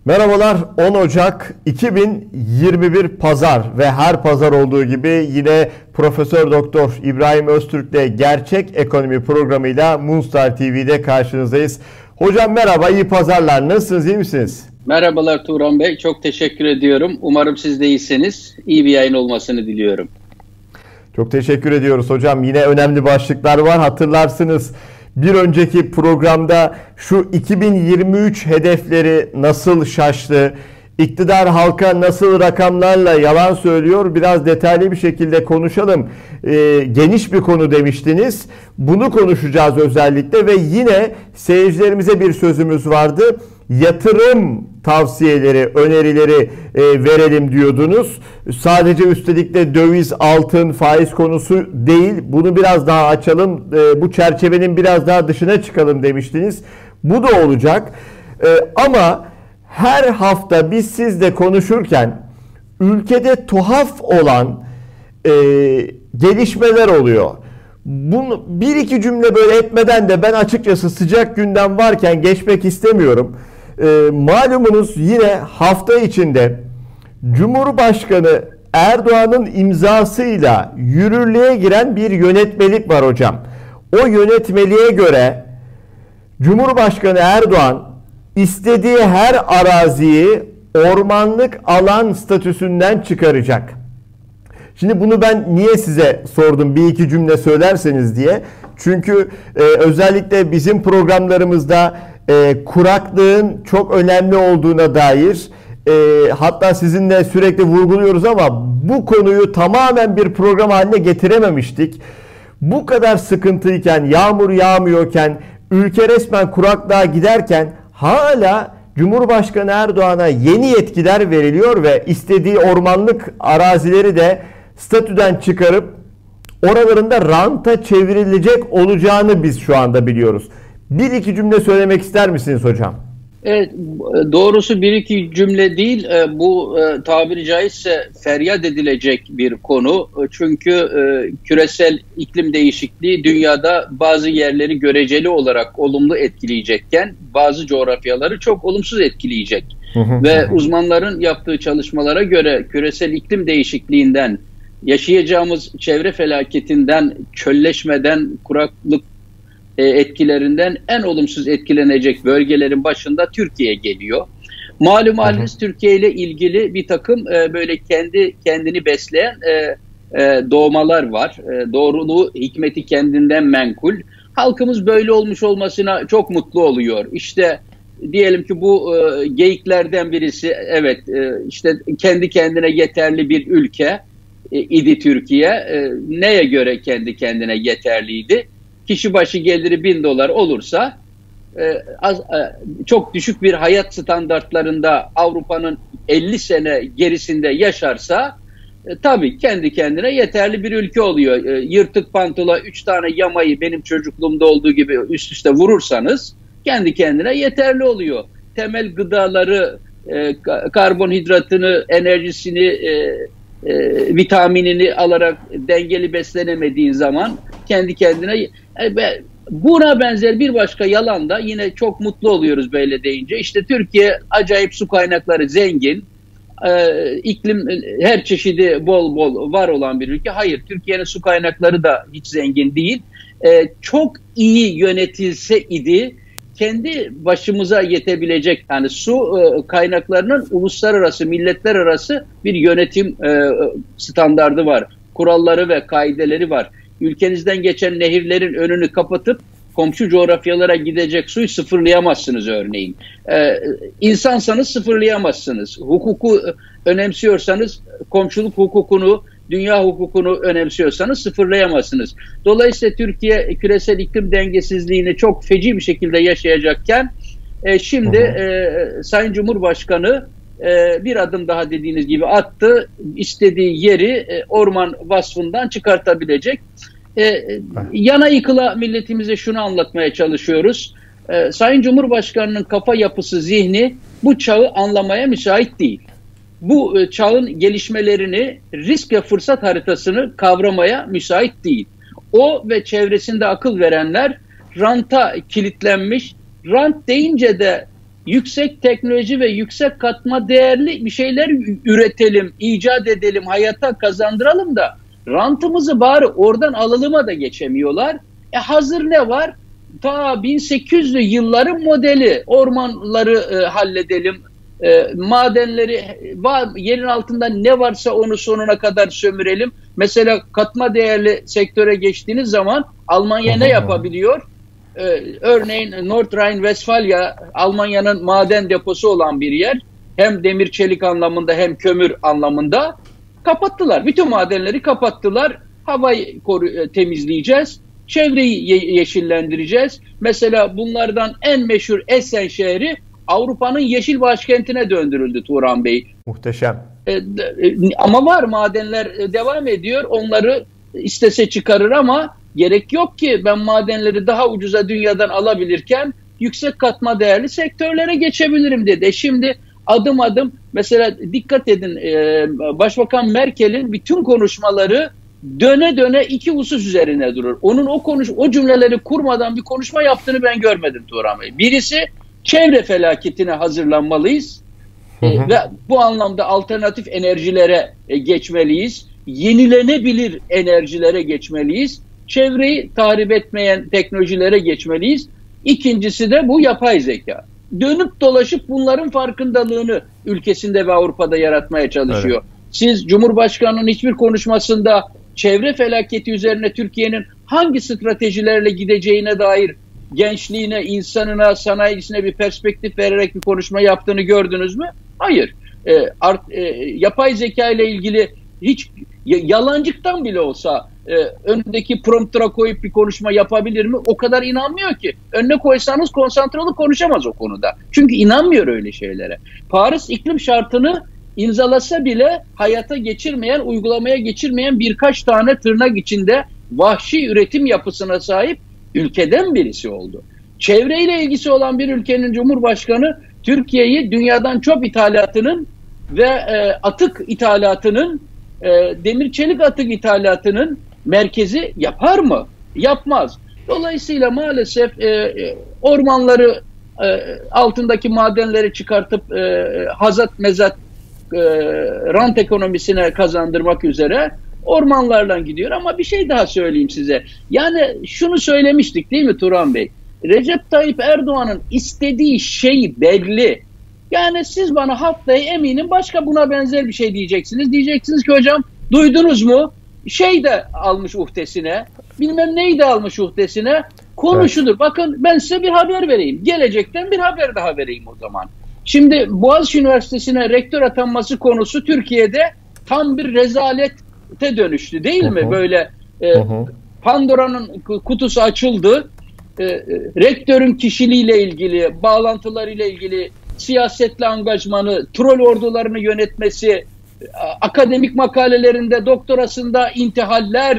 Merhabalar, 10 Ocak 2021 Pazar ve her pazar olduğu gibi yine Profesör Doktor İbrahim Öztürk'le Gerçek Ekonomi programıyla Moonstar TV'de karşınızdayız. Hocam merhaba, iyi pazarlar. Nasılsınız, iyi misiniz? Merhabalar Turan Bey, çok teşekkür ediyorum. Umarım siz de iyisiniz. İyi bir yayın olmasını diliyorum. Çok teşekkür ediyoruz hocam. Yine önemli başlıklar var. Hatırlarsınız bir önceki programda şu 2023 hedefleri nasıl şaştı, iktidar halka nasıl rakamlarla yalan söylüyor, biraz detaylı bir şekilde konuşalım. Geniş bir konu demiştiniz. Bunu konuşacağız özellikle ve yine seyircilerimize bir sözümüz vardı. Yatırım tavsiyeleri, önerileri verelim diyordunuz. Sadece üstelik de döviz, altın, faiz konusu değil. Bunu biraz daha açalım. Bu çerçevenin biraz daha dışına çıkalım demiştiniz. Bu da olacak. Ama her hafta biz sizle konuşurken ülkede tuhaf olan gelişmeler oluyor. Bunu bir iki cümle böyle etmeden de ben açıkçası sıcak gündem varken geçmek istemiyorum. Malumunuz yine hafta içinde Cumhurbaşkanı Erdoğan'ın imzasıyla yürürlüğe giren bir yönetmelik var hocam. O yönetmeliğe göre Cumhurbaşkanı Erdoğan istediği her araziyi ormanlık alan statüsünden çıkaracak. Şimdi bunu ben niye size sordum, bir iki cümle söylerseniz diye. Çünkü özellikle bizim programlarımızda kuraklığın çok önemli olduğuna dair, hatta sizinle sürekli vurguluyoruz ama bu konuyu tamamen bir program haline getirememiştik. Bu kadar sıkıntıyken, yağmur yağmıyorken, ülke resmen kuraklığa giderken hala Cumhurbaşkanı Erdoğan'a yeni yetkiler veriliyor ve istediği ormanlık arazileri de statüden çıkarıp oralarında ranta çevrilecek olacağını biz şu anda biliyoruz. Bir iki cümle söylemek ister misiniz hocam? Evet, doğrusu bir iki cümle değil, bu tabiri caizse feryat edilecek bir konu. Çünkü küresel iklim değişikliği dünyada bazı yerleri göreceli olarak olumlu etkileyecekken bazı coğrafyaları çok olumsuz etkileyecek. Ve uzmanların yaptığı çalışmalara göre küresel iklim değişikliğinden, yaşayacağımız çevre felaketinden, çölleşmeden, kuraklık etkilerinden en olumsuz etkilenecek bölgelerin başında Türkiye geliyor. Malum haliniz Türkiye ile ilgili bir takım böyle kendini besleyen doğmalar var. Doğruluğu, hikmeti kendinden menkul. Halkımız böyle olmuş olmasına çok mutlu oluyor. İşte diyelim ki bu geyiklerden birisi, evet, işte kendi kendine yeterli bir ülke idi Türkiye. Neye göre kendi kendine yeterliydi? Kişi başı geliri $1000 olursa, çok düşük bir hayat standartlarında Avrupa'nın 50 sene gerisinde yaşarsa tabii kendi kendine yeterli bir ülke oluyor. Yırtık pantolona 3 tane yamayı benim çocukluğumda olduğu gibi üst üste vurursanız kendi kendine yeterli oluyor. Temel gıdaları, karbonhidratını, enerjisini, vitaminini alarak dengeli beslenemediğin zaman kendi kendine, buna benzer bir başka yalan da yine çok mutlu oluyoruz böyle deyince. İşte Türkiye acayip su kaynakları zengin, iklim her çeşidi bol bol var olan bir ülke. Hayır, Türkiye'nin su kaynakları da hiç zengin değil. Çok iyi yönetilse idi kendi başımıza yetebilecek, yani su kaynaklarının uluslararası, milletler arası bir yönetim standardı var. Kuralları ve kaideleri var. Ülkenizden geçen nehirlerin önünü kapatıp komşu coğrafyalara gidecek suyu sıfırlayamazsınız örneğin. İnsansanız sıfırlayamazsınız. Hukuku önemsiyorsanız, komşuluk hukukunu, dünya hukukunu önemsiyorsanız sıfırlayamazsınız. Dolayısıyla Türkiye küresel iklim dengesizliğini çok feci bir şekilde yaşayacakken şimdi Sayın Cumhurbaşkanı bir adım daha dediğiniz gibi attı. İstediği yeri orman vasfından çıkartabilecek. Yana yıkıla milletimize şunu anlatmaya çalışıyoruz. Sayın Cumhurbaşkanı'nın kafa yapısı, zihni bu çağı anlamaya müsait değil. Bu çağın gelişmelerini, risk ve fırsat haritasını kavramaya müsait değil. O ve çevresinde akıl verenler ranta kilitlenmiş. Rant deyince de yüksek teknoloji ve yüksek katma değerli bir şeyler üretelim, icat edelim, hayata kazandıralım da rantımızı bari oradan alıma da geçemiyorlar. Hazır ne var? Ta 1800'lü yılların modeli, ormanları halledelim, madenleri, yerin altında ne varsa onu sonuna kadar sömürelim. Mesela katma değerli sektöre geçtiğiniz zaman Almanya ne yapabiliyor? Örneğin North Rhine-Westfalia, Almanya'nın maden deposu olan bir yer. Hem demir çelik anlamında hem kömür anlamında kapattılar. Bütün madenleri kapattılar. Havayı temizleyeceğiz. Çevreyi yeşillendireceğiz. Mesela bunlardan en meşhur Essen şehri Avrupa'nın yeşil başkentine döndürüldü Turan Bey. Muhteşem. Ama var, madenler devam ediyor. Onları istese çıkarır ama gerek yok ki, ben madenleri daha ucuza dünyadan alabilirken yüksek katma değerli sektörlere geçebilirim dedi. Şimdi adım adım, mesela dikkat edin, Başbakan Merkel'in bütün konuşmaları döne döne iki husus üzerine durur. Onun o cümleleri kurmadan bir konuşma yaptığını ben görmedim Turan Bey. Birisi, çevre felaketine hazırlanmalıyız. Ve bu anlamda alternatif enerjilere geçmeliyiz. Yenilenebilir enerjilere geçmeliyiz. Çevreyi tahrip etmeyen teknolojilere geçmeliyiz. İkincisi de bu yapay zeka. Dönüp dolaşıp bunların farkındalığını ülkesinde ve Avrupa'da yaratmaya çalışıyor. Evet. Siz Cumhurbaşkanı'nın hiçbir konuşmasında çevre felaketi üzerine Türkiye'nin hangi stratejilerle gideceğine dair gençliğine, insanına, sanayisine bir perspektif vererek bir konuşma yaptığını gördünüz mü? Hayır. Yapay zeka ile ilgili hiç yalancıktan bile olsa önündeki promptura koyup bir konuşma yapabilir mi? O kadar inanmıyor ki. Önüne koysanız konsantre olup konuşamaz o konuda. Çünkü inanmıyor öyle şeylere. Paris iklim şartını imzalasa bile hayata geçirmeyen, uygulamaya geçirmeyen birkaç tane tırnak içinde vahşi üretim yapısına sahip ülkeden birisi oldu. Çevreyle ilgisi olan bir ülkenin Cumhurbaşkanı Türkiye'yi dünyadan çöp ithalatının ve atık ithalatının, demir çelik atık ithalatının merkezi yapar mı? Yapmaz. Dolayısıyla maalesef ormanları, altındaki madenleri çıkartıp hazat mezat rant ekonomisine kazandırmak üzere ormanlarla gidiyor. Ama bir şey daha söyleyeyim size. Yani şunu söylemiştik değil mi Turan Bey? Recep Tayyip Erdoğan'ın istediği şey belli. Yani siz bana haftaya eminim başka buna benzer bir şey diyeceksiniz. Diyeceksiniz ki hocam duydunuz mu? Şey de almış uhdesine, bilmem neyi de almış uhdesine. Konu şudur. Bakın ben size bir haber vereyim. Gelecekten bir haber daha vereyim o zaman. Şimdi Boğaziçi Üniversitesi'ne rektör atanması konusu Türkiye'de tam bir rezalete dönüştü değil mi? Böyle Pandora'nın kutusu açıldı. Rektörün kişiliğiyle ilgili, bağlantılarıyla ilgili, siyasetle angajmanı, troll ordularını yönetmesi, akademik makalelerinde, doktorasında intihaller,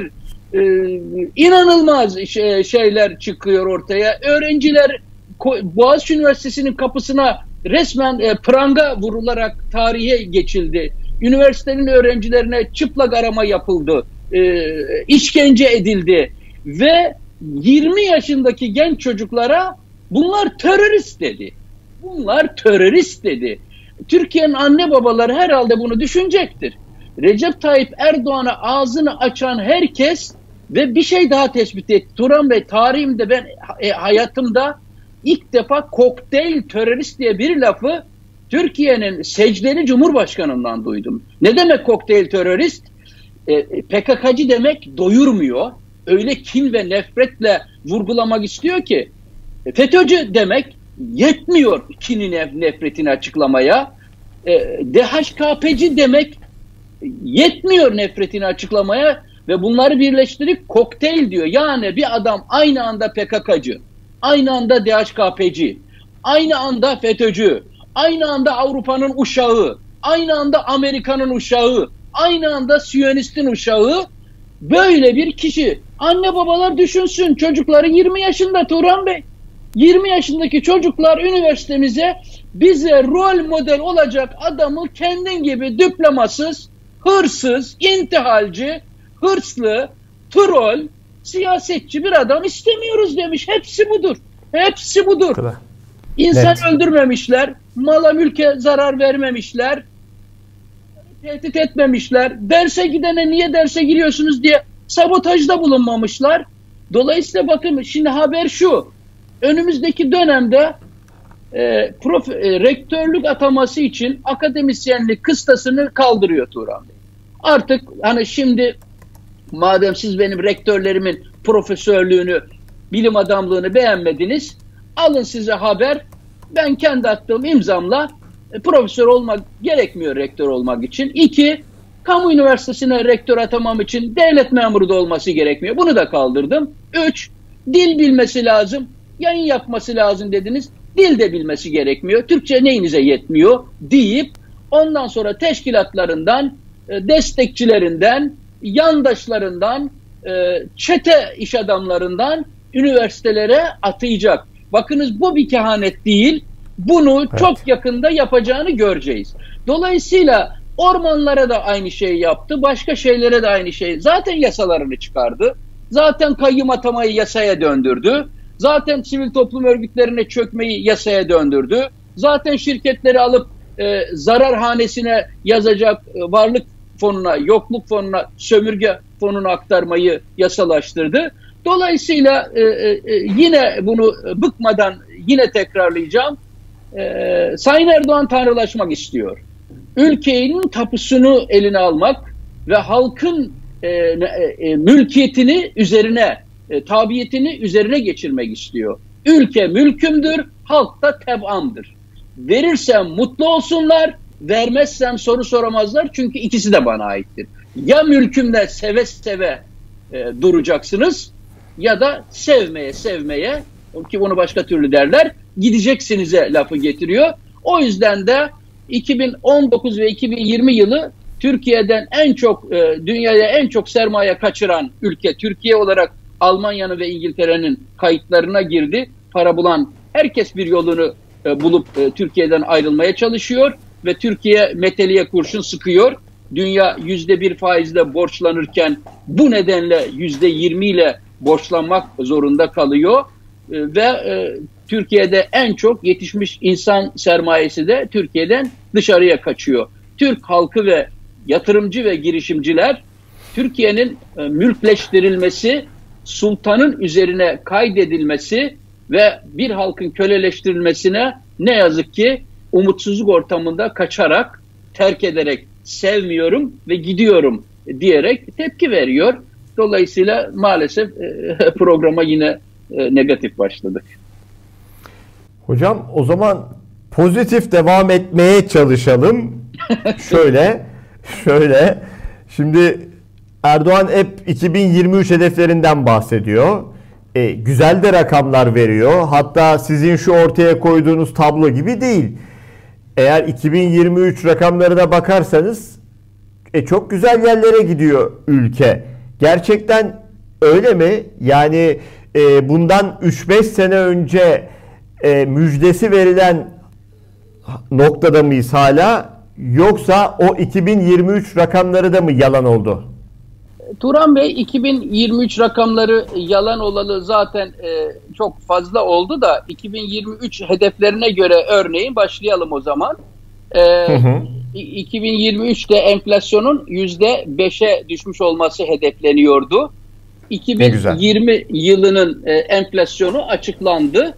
inanılmaz şeyler çıkıyor ortaya. Öğrenciler Boğaziçi Üniversitesi'nin kapısına resmen pranga vurularak tarihe geçildi. Üniversitenin öğrencilerine çıplak arama yapıldı, işkence edildi ve 20 yaşındaki genç çocuklara bunlar terörist dedi. Bunlar terörist dedi. Türkiye'nin anne babaları herhalde bunu düşünecektir. Recep Tayyip Erdoğan'a ağzını açan herkes ve bir şey daha tespit etti. Turan Bey, tarihimde ben hayatımda ilk defa kokteyl terörist diye bir lafı Türkiye'nin secdeli Cumhurbaşkanı'ndan duydum. Ne demek kokteyl terörist? PKK'cı demek doyurmuyor. Öyle kin ve nefretle vurgulamak istiyor ki. FETÖ'cü demek yetmiyor kini nefretini açıklamaya. DHKP'ci demek yetmiyor nefretini açıklamaya ve bunları birleştirip kokteyl diyor. Yani bir adam aynı anda PKK'cı, aynı anda DHKP'ci, aynı anda FETÖ'cü, aynı anda Avrupa'nın uşağı, aynı anda Amerika'nın uşağı, aynı anda Siyonistin uşağı, böyle bir kişi. Anne babalar düşünsün, çocukları 20 yaşında Turan Bey. 20 yaşındaki çocuklar üniversitemize bize rol model olacak adamı kendin gibi diplomasız, hırsız, intihalci, hırslı, troll, siyasetçi bir adam istemiyoruz demiş. Hepsi budur. Hepsi budur. İnsan öldürmemişler, mala mülke zarar vermemişler, tehdit etmemişler. Derse gidene niye derse giriyorsunuz diye sabotajda bulunmamışlar. Dolayısıyla bakın şimdi haber şu. Önümüzdeki dönemde rektörlük ataması için akademisyenlik kıstasını kaldırıyor Turan Bey. Artık hani şimdi madem siz benim rektörlerimin profesörlüğünü, bilim adamlığını beğenmediniz, alın size haber. Ben kendi attığım imzamla profesör olmak gerekmiyor rektör olmak için. 2, kamu üniversitesine rektör atamam için devlet memuru da olması gerekmiyor. Bunu da kaldırdım. 3, dil bilmesi lazım. Yayın yapması lazım dediniz. Dil de bilmesi gerekmiyor. Türkçe neyinize yetmiyor deyip ondan sonra teşkilatlarından, destekçilerinden, yandaşlarından, çete iş adamlarından üniversitelere atayacak. Bakınız bu bir kehanet değil. Bunu çok yakında yapacağını göreceğiz. Dolayısıyla ormanlara da aynı şeyi yaptı. Başka şeylere de aynı şey. Zaten yasalarını çıkardı. Zaten kayyum atamayı yasaya döndürdü. Zaten sivil toplum örgütlerine çökmeyi yasaya döndürdü. Zaten şirketleri alıp zarar hanesine yazacak varlık fonuna, yokluk fonuna, sömürge fonuna aktarmayı yasalaştırdı. Dolayısıyla yine bunu bıkmadan yine tekrarlayacağım. Sayın Erdoğan tanrılaşmak istiyor. Ülkenin tapusunu eline almak ve halkın mülkiyetini üzerine, tabiyetini üzerine geçirmek istiyor. Ülke mülkümdür, halk da tebamdır. Verirsem mutlu olsunlar, vermezsem soru soramazlar çünkü ikisi de bana aittir. Ya mülkümde seve seve duracaksınız ya da sevmeye sevmeye, ki bunu başka türlü derler, gideceksinize lafı getiriyor. O yüzden de 2019 ve 2020 yılı Türkiye'den en çok, dünyaya en çok sermaye kaçıran ülke Türkiye olarak Almanya'nın ve İngiltere'nin kayıtlarına girdi. Para bulan herkes bir yolunu bulup Türkiye'den ayrılmaya çalışıyor ve Türkiye meteliğe kurşun sıkıyor. Dünya %1 faizle borçlanırken bu nedenle %20 ile borçlanmak zorunda kalıyor ve Türkiye'de en çok yetişmiş insan sermayesi de Türkiye'den dışarıya kaçıyor. Türk halkı ve yatırımcı ve girişimciler Türkiye'nin mülkleştirilmesi, sultanın üzerine kaydedilmesi ve bir halkın köleleştirilmesine ne yazık ki umutsuzluk ortamında kaçarak, terk ederek sevmiyorum ve gidiyorum diyerek tepki veriyor. Dolayısıyla maalesef programa yine negatif başladık. Hocam o zaman pozitif devam etmeye çalışalım. Şöyle. Şimdi Erdoğan hep 2023 hedeflerinden bahsediyor. Güzel de rakamlar veriyor. Hatta sizin şu ortaya koyduğunuz tablo gibi değil. Eğer 2023 rakamlarına bakarsanız çok güzel yerlere gidiyor ülke. Gerçekten öyle mi? Yani bundan 3-5 sene önce müjdesi verilen noktada mıyız hala? Yoksa o 2023 rakamları da mı yalan oldu? Turan Bey, 2023 rakamları yalan olalı zaten çok fazla oldu da 2023 hedeflerine göre örneğin başlayalım o zaman. 2023'te enflasyonun %5'e düşmüş olması hedefleniyordu. 2020 yılının enflasyonu açıklandı.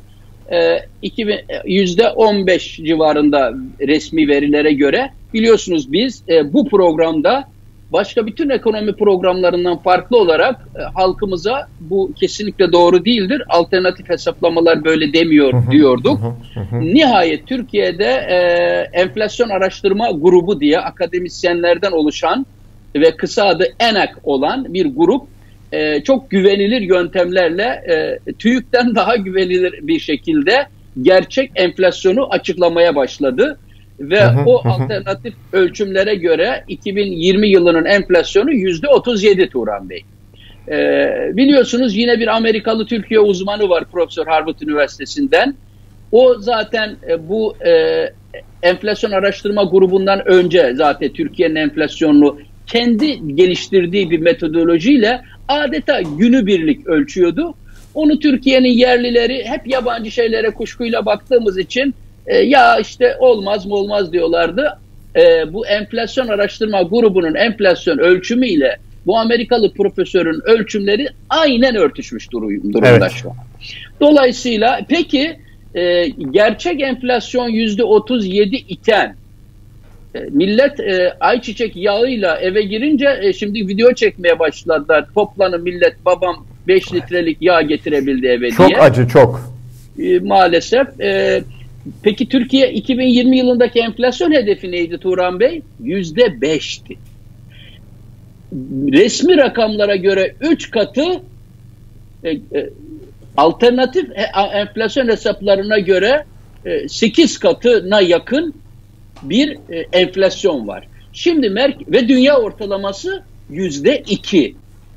%15 civarında resmi verilere göre. Biliyorsunuz biz bu programda başka bütün ekonomi programlarından farklı olarak halkımıza bu kesinlikle doğru değildir, alternatif hesaplamalar böyle demiyor diyorduk. Nihayet Türkiye'de enflasyon araştırma grubu diye akademisyenlerden oluşan ve kısa adı ENAK olan bir grup çok güvenilir yöntemlerle TÜİK'ten daha güvenilir bir şekilde gerçek enflasyonu açıklamaya başladı. Ve o alternatif ölçümlere göre 2020 yılının enflasyonu %37 Turan Bey. Biliyorsunuz yine bir Amerikalı Türkiye uzmanı var Profesör Harvard Üniversitesi'nden. O zaten bu enflasyon araştırma grubundan önce zaten Türkiye'nin enflasyonunu kendi geliştirdiği bir metodolojiyle adeta günübirlik ölçüyordu. Onu Türkiye'nin yerlileri hep yabancı şeylere kuşkuyla baktığımız için ya işte olmaz mı olmaz diyorlardı. Bu enflasyon araştırma grubunun enflasyon ölçümüyle bu Amerikalı profesörün ölçümleri aynen örtüşmüş durumda evet. Şu an. Dolayısıyla peki gerçek enflasyon %37 iken millet ayçiçek yağıyla eve girince şimdi video çekmeye başladılar. Toplanın millet, babam 5 litrelik yağ getirebildi eve çok diye. Çok acı, çok. Maalesef. Peki Türkiye 2020 yılındaki enflasyon hedefi neydi Turan Bey? %5'ti. Resmi rakamlara göre 3 katı, alternatif enflasyon hesaplarına göre 8 katına yakın bir enflasyon var. Şimdi ve dünya ortalaması %2.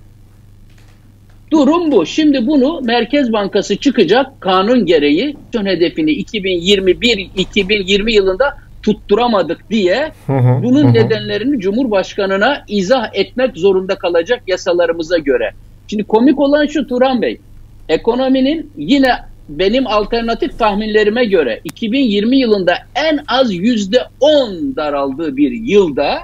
Durum bu. Şimdi bunu Merkez Bankası çıkacak kanun gereği hedefini 2020 yılında tutturamadık diye bunun nedenlerini Cumhurbaşkanı'na izah etmek zorunda kalacak yasalarımıza göre. Şimdi komik olan şu Turan Bey, ekonominin yine benim alternatif tahminlerime göre 2020 yılında en az %10 daraldığı bir yılda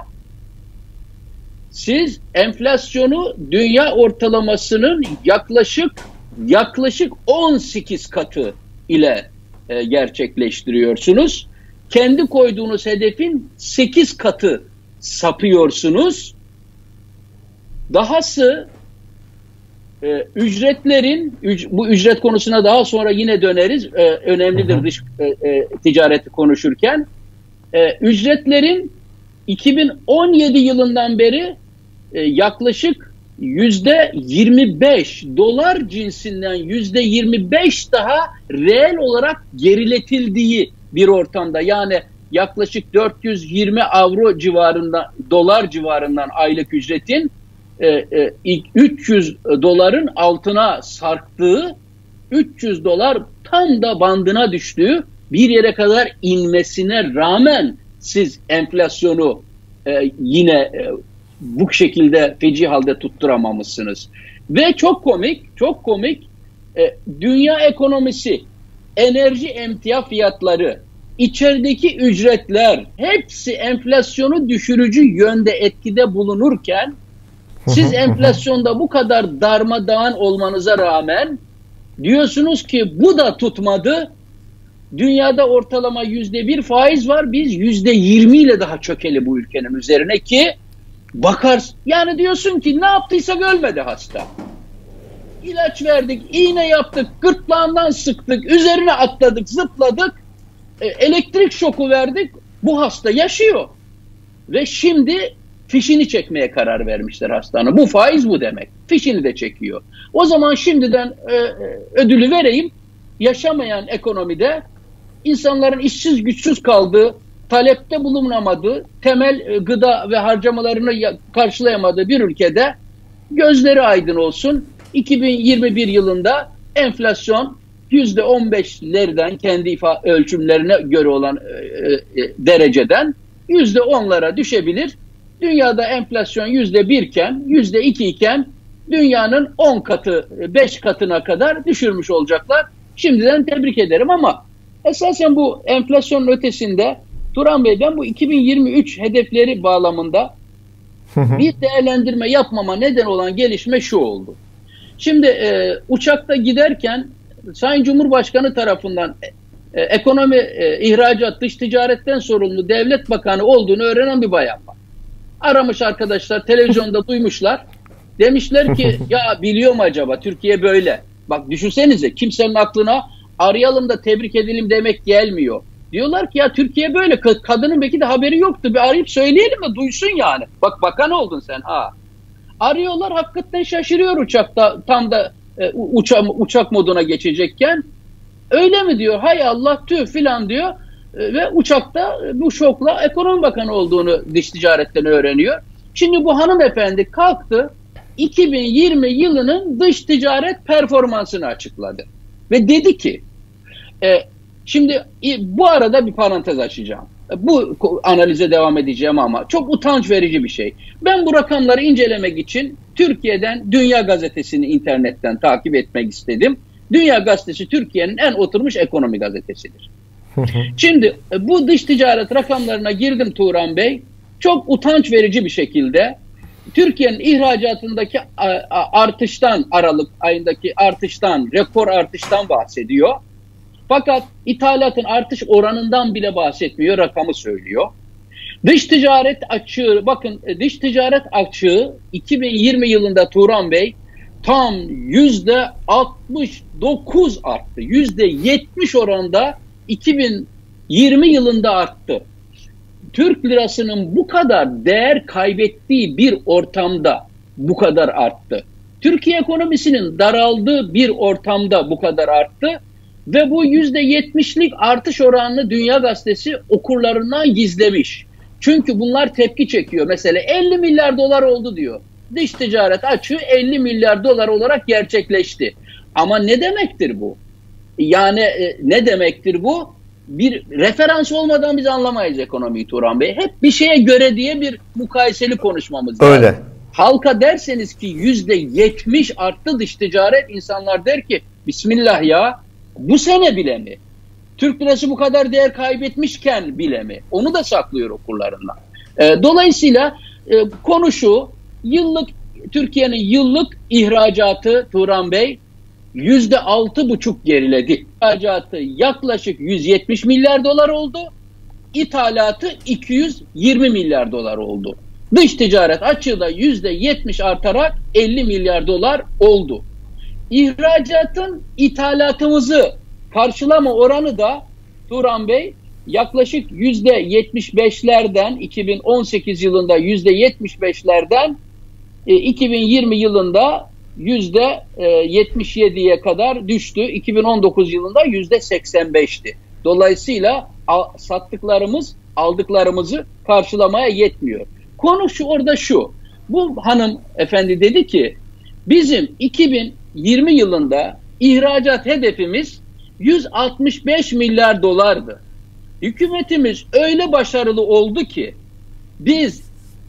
siz enflasyonu dünya ortalamasının yaklaşık 18 katı ile gerçekleştiriyorsunuz. Kendi koyduğunuz hedefin 8 katı sapıyorsunuz. Dahası ücretlerin, bu ücret konusuna daha sonra yine döneriz. Önemlidir dış ticareti konuşurken. Ücretlerin 2017 yılından beri yaklaşık %25 dolar cinsinden %25 daha reel olarak geriletildiği bir ortamda, yani yaklaşık 420 avro civarında, dolar civarından aylık ücretin 300 doların altına sarktığı, 300 dolar tam da bandına düştüğü bir yere kadar inmesine rağmen siz enflasyonu yine bu şekilde feci halde tutturamamışsınız. Ve çok komik dünya ekonomisi, enerji emtia fiyatları, içerideki ücretler hepsi enflasyonu düşürücü yönde etkide bulunurken siz enflasyonda bu kadar darmadağın olmanıza rağmen diyorsunuz ki bu da tutmadı. Dünyada ortalama %1 faiz var. Biz %20 ile daha çökeli bu ülkenin üzerine ki bakarsın. Yani diyorsun ki ne yaptıysak ölmedi hasta. İlaç verdik, iğne yaptık, gırtlağından sıktık, üzerine atladık, zıpladık, elektrik şoku verdik. Bu hasta yaşıyor. Ve şimdi fişini çekmeye karar vermişler hastanın. Bu faiz bu demek. Fişini de çekiyor. O zaman şimdiden ödülü vereyim. Yaşamayan ekonomide insanların işsiz güçsüz kaldığı, talepte bulunamadığı, temel gıda ve harcamalarını karşılayamadığı bir ülkede gözleri aydın olsun. 2021 yılında enflasyon %15'lerden, kendi ölçümlerine göre olan dereceden %10'lara düşebilir. Dünyada enflasyon %1 iken, %2 iken dünyanın 10 katı, 5 katına kadar düşürmüş olacaklar. Şimdiden tebrik ederim ama esasen bu enflasyonun ötesinde Turan Bey, ben bu 2023 hedefleri bağlamında bir değerlendirme yapmama neden olan gelişme şu oldu. Şimdi uçakta giderken Sayın Cumhurbaşkanı tarafından ekonomi, ihracat, dış ticaretten sorumlu devlet bakanı olduğunu öğrenen bir bayan var. Aramış arkadaşlar, televizyonda duymuşlar. Demişler ki ya biliyor mu acaba Türkiye böyle? Bak düşünsenize, kimsenin aklına arayalım da tebrik edelim demek gelmiyor. Diyorlar ki ya Türkiye böyle. Kadının belki de haberi yoktu. Bir arayıp söyleyelim de duysun yani. Bak bakan oldun sen ha. Arıyorlar, hakikaten şaşırıyor uçakta. Tam da uçak moduna geçecekken. Öyle mi diyor? Hay Allah tüh filan diyor. Ve uçakta bu şokla ekonomi bakanı olduğunu dış ticaretten öğreniyor. Şimdi bu hanımefendi kalktı. 2020 yılının dış ticaret performansını açıkladı. Ve dedi ki şimdi bu arada bir parantez açacağım. bu analize devam edeceğim ama çok utanç verici bir şey. Ben bu rakamları incelemek için Türkiye'den Dünya Gazetesi'ni internetten takip etmek istedim. Dünya Gazetesi Türkiye'nin en oturmuş ekonomi gazetesidir. Şimdi bu dış ticaret rakamlarına girdim Turan Bey. Çok utanç verici bir şekilde Türkiye'nin ihracatındaki artıştan, Aralık ayındaki artıştan, rekor artıştan bahsediyor. Fakat ithalatın artış oranından bile bahsetmiyor, rakamı söylüyor. Dış ticaret açığı, bakın dış ticaret açığı 2020 yılında Turan Bey tam %69 arttı. %70 oranında 2020 yılında arttı. Türk lirasının bu kadar değer kaybettiği bir ortamda bu kadar arttı. Türkiye ekonomisinin daraldığı bir ortamda bu kadar arttı. Ve bu %70'lik artış oranını Dünya Gazetesi okurlarından gizlemiş. Çünkü bunlar tepki çekiyor. Mesela 50 milyar dolar oldu diyor. Dış ticaret açığı 50 milyar dolar olarak gerçekleşti. Ama ne demektir bu? Yani ne demektir bu? Bir referans olmadan biz anlamayız ekonomiyi Turan Bey. Hep bir şeye göre diye bir mukayeseli konuşmamız lazım. Öyle. Halka derseniz ki %70 arttı dış ticaret, insanlar der ki Bismillah ya, bu sene bile mi? Türk lirası bu kadar değer kaybetmişken bile mi? Onu da saklıyor okurlarından. Dolayısıyla konu şu, Türkiye'nin yıllık ihracatı Turan Bey %6,5 geriledi. İhracatı yaklaşık 170 milyar dolar oldu. İthalatı 220 milyar dolar oldu. Dış ticaret açığı da %70 artarak 50 milyar dolar oldu. İhracatın ithalatımızı karşılama oranı da Turan Bey yaklaşık %75'lerden 2018 yılında %75'lerden 2020 yılında %77'ye kadar düştü. 2019 yılında %85'ti. Dolayısıyla sattıklarımız aldıklarımızı karşılamaya yetmiyor. Konu orada şu. Bu hanımefendi dedi ki bizim 2020 yılında ihracat hedefimiz 165 milyar dolardı. Hükümetimiz öyle başarılı oldu ki biz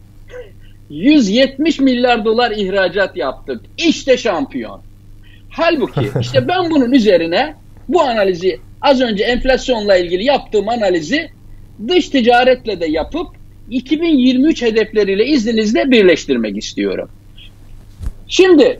170 milyar dolar ihracat yaptık. İşte şampiyon. Halbuki işte ben bunun üzerine bu analizi, az önce enflasyonla ilgili yaptığım analizi dış ticaretle de yapıp 2023 hedefleriyle izninizle birleştirmek istiyorum. Şimdi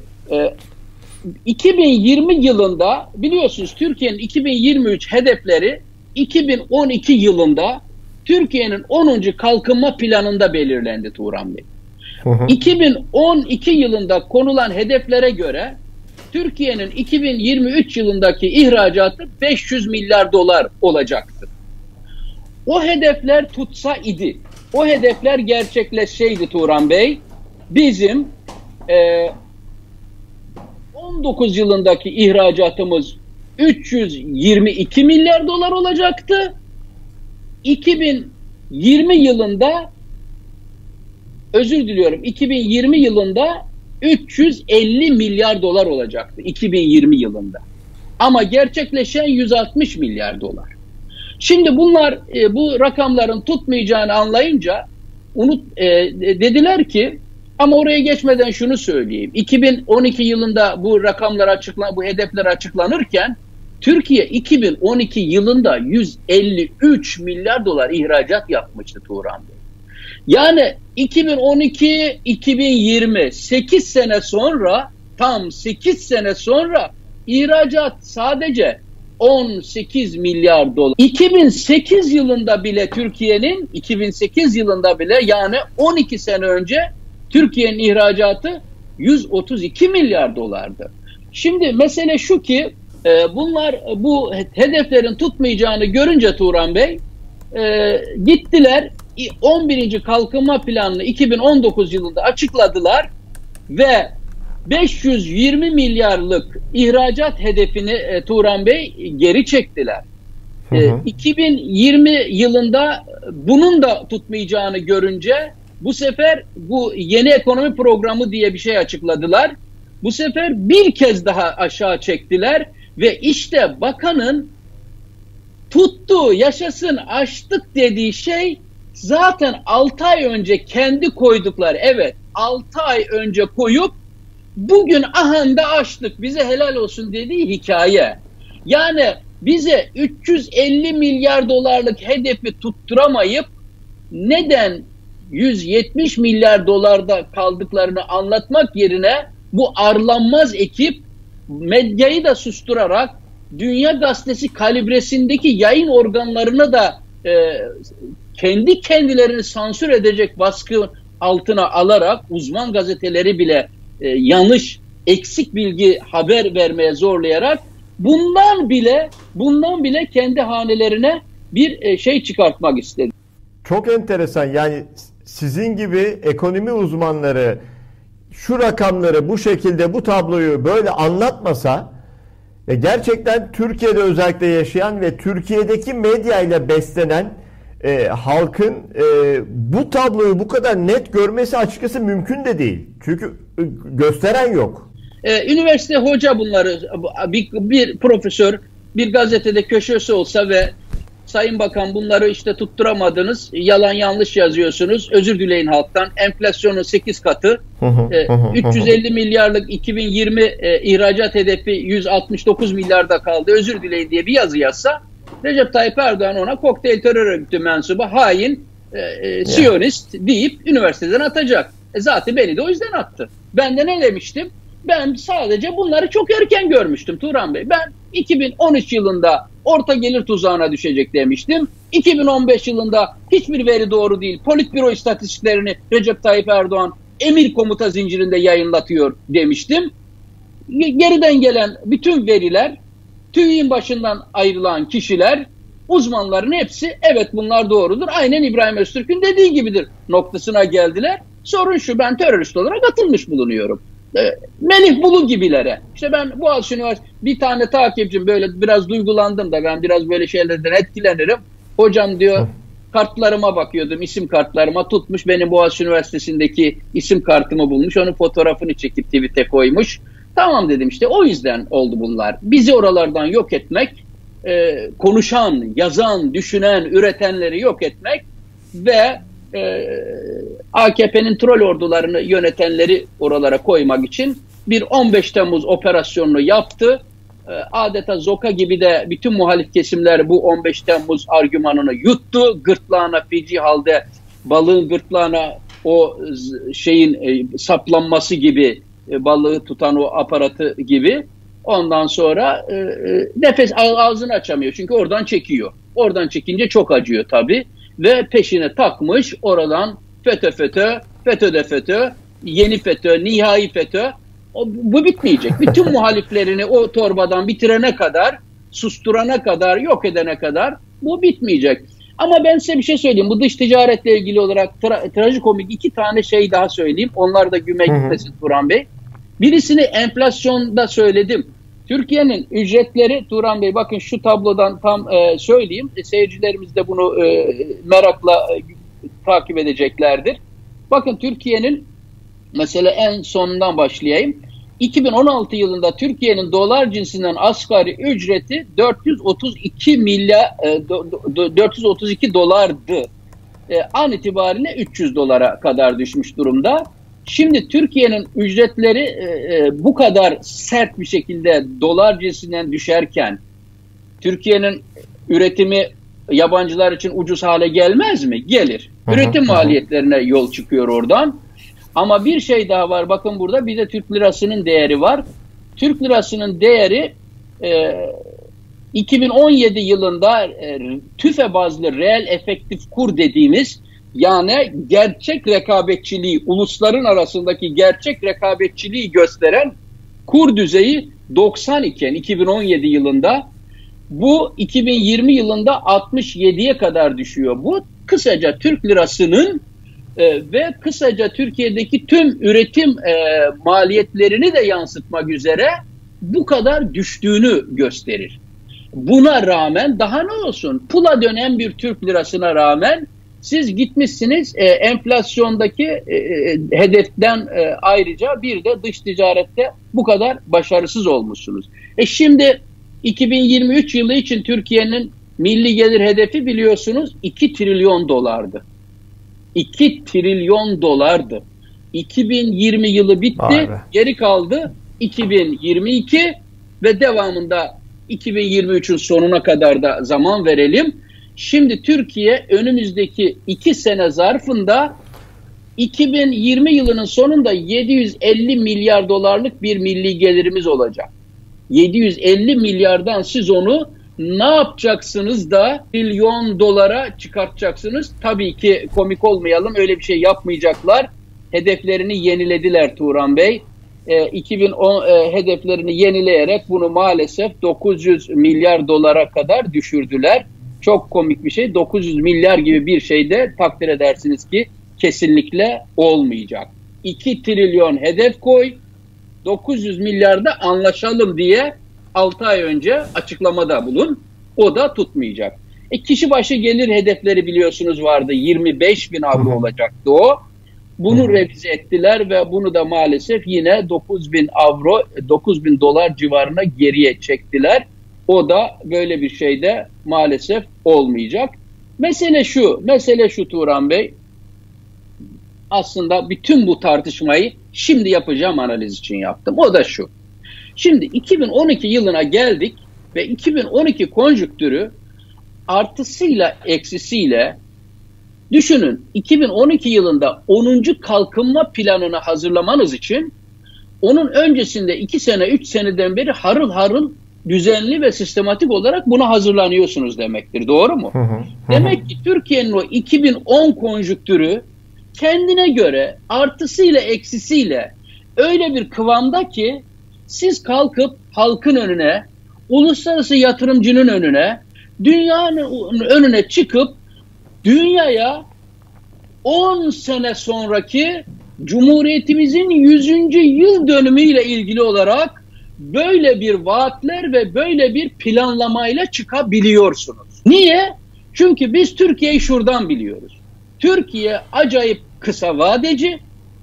2020 yılında biliyorsunuz Türkiye'nin 2023 hedefleri 2012 yılında Türkiye'nin 10. kalkınma planında belirlendi Turan Bey. 2012 yılında konulan hedeflere göre Türkiye'nin 2023 yılındaki ihracatı 500 milyar dolar olacaktı. O hedefler tutsa idi, o hedefler gerçekleşseydi Turan Bey, bizim 19 yılındaki ihracatımız 322 milyar dolar olacaktı. 2020 yılında 2020 yılında 350 milyar dolar olacaktı 2020 yılında. Ama gerçekleşen 160 milyar dolar. Şimdi bunlar bu rakamların tutmayacağını anlayınca dediler ki, ama oraya geçmeden şunu söyleyeyim. 2012 yılında bu rakamlar bu hedefler açıklanırken Türkiye 2012 yılında 153 milyar dolar ihracat yapmıştı Turan Bey. Yani 2012-2020 8 sene sonra, tam 8 sene sonra ihracat sadece 18 milyar dolar. 2008 yılında bile yani 12 sene önce Türkiye'nin ihracatı 132 milyar dolardı. Şimdi mesele şu ki bunlar bu hedeflerin tutmayacağını görünce Turan Bey gittiler 11. kalkınma planını 2019 yılında açıkladılar ve 520 milyarlık ihracat hedefini Turan Bey geri çektiler. 2020 yılında bunun da tutmayacağını görünce bu sefer bu yeni ekonomi programı diye bir şey açıkladılar. Bu sefer bir kez daha aşağı çektiler ve işte bakanın tuttu, yaşasın, açtık dediği şey zaten 6 ay önce kendi koydukları, evet 6 ay önce koyup bugün ahanda açtık bize helal olsun dediği hikaye. Yani bize 350 milyar dolarlık hedefi tutturamayıp neden 170 milyar dolarda kaldıklarını anlatmak yerine bu arlanmaz ekip medyayı da susturarak Dünya Gazetesi kalibresindeki yayın organlarını da kendi kendilerini sansür edecek baskı altına alarak uzman gazeteleri bile yanlış, eksik bilgi haber vermeye zorlayarak bundan bile kendi hanelerine bir şey çıkartmak istedi. Çok enteresan. Yani sizin gibi ekonomi uzmanları şu rakamları bu şekilde, bu tabloyu böyle anlatmasa gerçekten Türkiye'de özellikle yaşayan ve Türkiye'deki medyayla beslenen halkın bu tabloyu bu kadar net görmesi açıkçası mümkün de değil. Çünkü gösteren yok. Üniversite hoca bunları, bir profesör bir gazetede köşesi olsa ve Sayın Bakan bunları işte tutturamadınız, yalan yanlış yazıyorsunuz, özür dileyin halktan, enflasyonun 8 katı, 350 milyarlık 2020 ihracat hedefi 169 milyarda kaldı, özür dileyin diye bir yazı yazsa, Recep Tayyip Erdoğan ona kokteyl terör örgütü mensubu, hain, Siyonist deyip üniversiteden atacak. Zaten beni de o yüzden attı. Ben de ne demiştim? Ben sadece bunları çok erken görmüştüm Turan Bey. Ben 2013 yılında orta gelir tuzağına düşecek demiştim. 2015 yılında hiçbir veri doğru değil. Politbüro istatistiklerini Recep Tayyip Erdoğan emir komuta zincirinde yayınlatıyor demiştim. Geriden gelen bütün veriler, TÜİ'nin başından ayrılan kişiler, uzmanların hepsi evet bunlar doğrudur. Aynen İbrahim Öztürk'ün dediği gibidir noktasına geldiler. Sorun şu, ben terörist olarak atılmış bulunuyorum. Melih Bulu gibilere. İşte ben Boğaziçi Üniversitesi bir tane takipçim, böyle biraz duygulandım da ben biraz böyle şeylerden etkilenirim. Hocam diyor, kartlarıma bakıyordum, isim kartlarıma, tutmuş benim Boğaziçi Üniversitesi'ndeki isim kartımı bulmuş, onun fotoğrafını çekip tweet'e koymuş. Tamam dedim, işte o yüzden oldu bunlar. Bizi oralardan yok etmek, konuşan, yazan, düşünen, üretenleri yok etmek ve AKP'nin troll ordularını yönetenleri oralara koymak için bir 15 Temmuz operasyonunu yaptı. Adeta zoka gibi de bütün muhalif kesimler bu 15 Temmuz argümanını yuttu. Gırtlağına feci halde, balığın gırtlağına o şeyin saplanması gibi, balığı tutan o aparatı gibi. Ondan sonra nefes, ağzını açamıyor çünkü oradan çekiyor. Oradan çekince çok acıyor tabii. Ve peşine takmış oradan FETÖ, yeni FETÖ, nihai FETÖ. Bu bitmeyecek. Bütün muhaliflerini o torbadan bitirene kadar, susturana kadar, yok edene kadar bu bitmeyecek. Ama ben size bir şey söyleyeyim. Bu dış ticaretle ilgili olarak trajikomik 2 tane şey daha söyleyeyim. Onlar da güme gitmesin Turan Bey. Birisini enflasyonda söyledim. Türkiye'nin ücretleri, Turan Bey bakın şu tablodan tam söyleyeyim. Seyircilerimiz de bunu merakla takip edeceklerdir. Bakın Türkiye'nin, mesela en sonundan başlayayım. 2016 yılında Türkiye'nin dolar cinsinden asgari ücreti 432 dolardı. An itibariyle 300 dolara kadar düşmüş durumda. Şimdi Türkiye'nin ücretleri bu kadar sert bir şekilde dolar cinsinden düşerken Türkiye'nin üretimi yabancılar için ucuz hale gelmez mi? Gelir. Üretim maliyetlerine yol çıkıyor oradan. Ama bir şey daha var. Bakın burada bir de Türk lirasının değeri var. Türk lirasının değeri 2017 yılında TÜFE bazlı reel efektif kur dediğimiz, yani gerçek rekabetçiliği, ulusların arasındaki gerçek rekabetçiliği gösteren kur düzeyi 90 iken 2017 yılında, bu 2020 yılında 67'ye kadar düşüyor. Bu kısaca Türk lirasının ve kısaca Türkiye'deki tüm üretim maliyetlerini de yansıtmak üzere bu kadar düştüğünü gösterir. Buna rağmen daha ne olsun, pula dönen bir Türk lirasına rağmen siz gitmişsiniz enflasyondaki hedeften ayrıca bir de dış ticarette bu kadar başarısız olmuşsunuz. Şimdi 2023 yılı için Türkiye'nin milli gelir hedefi biliyorsunuz 2 trilyon dolardı. 2 trilyon dolardı. 2020 yılı bitti, geri kaldı 2022 ve devamında 2023'ün sonuna kadar da zaman verelim. Şimdi Türkiye önümüzdeki 2 sene zarfında 2020 yılının sonunda 750 milyar dolarlık bir milli gelirimiz olacak. 750 milyardan siz onu ne yapacaksınız da milyon dolara çıkartacaksınız? Tabii ki komik olmayalım, öyle bir şey yapmayacaklar. Hedeflerini yenilediler Turan Bey. 2010 hedeflerini yenileyerek bunu maalesef 900 milyar dolara kadar düşürdüler. Çok komik bir şey. 900 milyar gibi bir şey de takdir edersiniz ki kesinlikle olmayacak. 2 trilyon hedef koy, 900 milyarda anlaşalım diye 6 ay önce açıklamada bulun. O da tutmayacak. Kişi başı gelir hedefleri biliyorsunuz vardı. 25 bin avro olacaktı o. Bunu revize ettiler ve bunu da maalesef yine 9 bin avro, 9 bin dolar civarına geriye çektiler. O da böyle bir şeyde maalesef olmayacak. Mesele şu Turan Bey. Aslında bütün bu tartışmayı şimdi yapacağım analiz için yaptım. O da şu. Şimdi 2012 yılına geldik ve 2012 konjüktürü artısıyla eksisiyle düşünün, 2012 yılında 10. kalkınma planını hazırlamanız için onun öncesinde 2 sene 3 seneden beri harıl harıl düzenli ve sistematik olarak buna hazırlanıyorsunuz demektir. Doğru mu? Demek ki Türkiye'nin o 2010 konjüktürü kendine göre artısıyla eksisiyle öyle bir kıvamda ki siz kalkıp halkın önüne, uluslararası yatırımcının önüne, dünyanın önüne çıkıp dünyaya 10 sene sonraki Cumhuriyetimizin 100. yıl dönümüyle ilgili olarak böyle bir vaatler ve böyle bir planlamayla çıkabiliyorsunuz. Niye? Çünkü biz Türkiye'yi şuradan biliyoruz. Türkiye acayip kısa vadeci,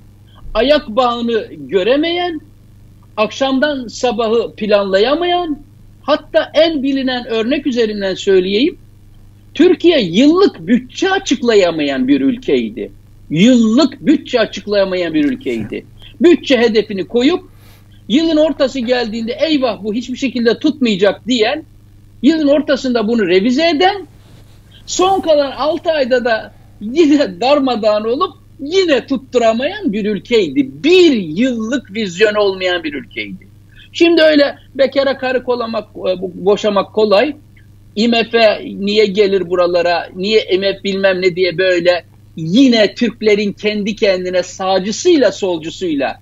ayak bağını göremeyen, akşamdan sabahı planlayamayan, hatta en bilinen örnek üzerinden söyleyeyim, Türkiye yıllık bütçe açıklayamayan bir ülkeydi. Yıllık bütçe açıklayamayan bir ülkeydi. Bütçe hedefini koyup yılın ortası geldiğinde eyvah bu hiçbir şekilde tutmayacak diyen, yılın ortasında bunu revize eden, son kalan 6 ayda da yine darmadağın olup yine tutturamayan bir ülkeydi. Bir yıllık vizyon olmayan bir ülkeydi. Şimdi öyle bekara karı boşamak kolay. IMF niye gelir buralara, niye IMF bilmem ne diye böyle yine Türklerin kendi kendine sağcısıyla solcusuyla,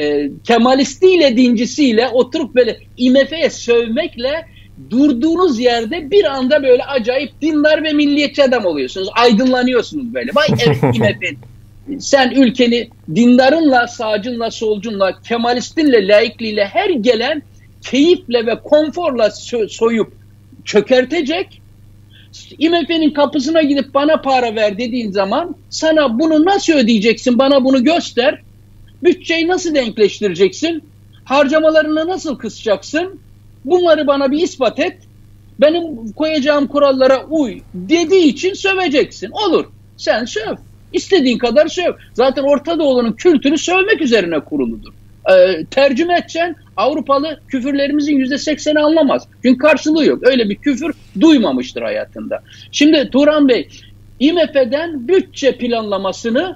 Kemalistiyle dincisiyle oturup böyle IMF'ye sövmekle durduğunuz yerde bir anda böyle acayip dindar ve milliyetçi adam oluyorsunuz. Aydınlanıyorsunuz böyle. Vay evet IMF, sen ülkeni dindarınla, sağcınla, solcunla, Kemalistinle, laikliğiyle her gelen keyifle ve konforla soyup çökertecek. IMF'nin kapısına gidip bana para ver dediğin zaman sana bunu nasıl ödeyeceksin, bana bunu göster. Bütçeyi nasıl denkleştireceksin? Harcamalarını nasıl kısacaksın? Bunları bana bir ispat et. Benim koyacağım kurallara uy dediği için söveceksin. Olur. Sen söv. İstediğin kadar söv. Zaten Orta Doğu'nun kültürü sövmek üzerine kuruludur. Tercüme edeceksin. Avrupalı küfürlerimizin %80'i anlamaz. Çünkü karşılığı yok. Öyle bir küfür duymamıştır hayatında. Şimdi Turan Bey, IMF'den bütçe planlamasını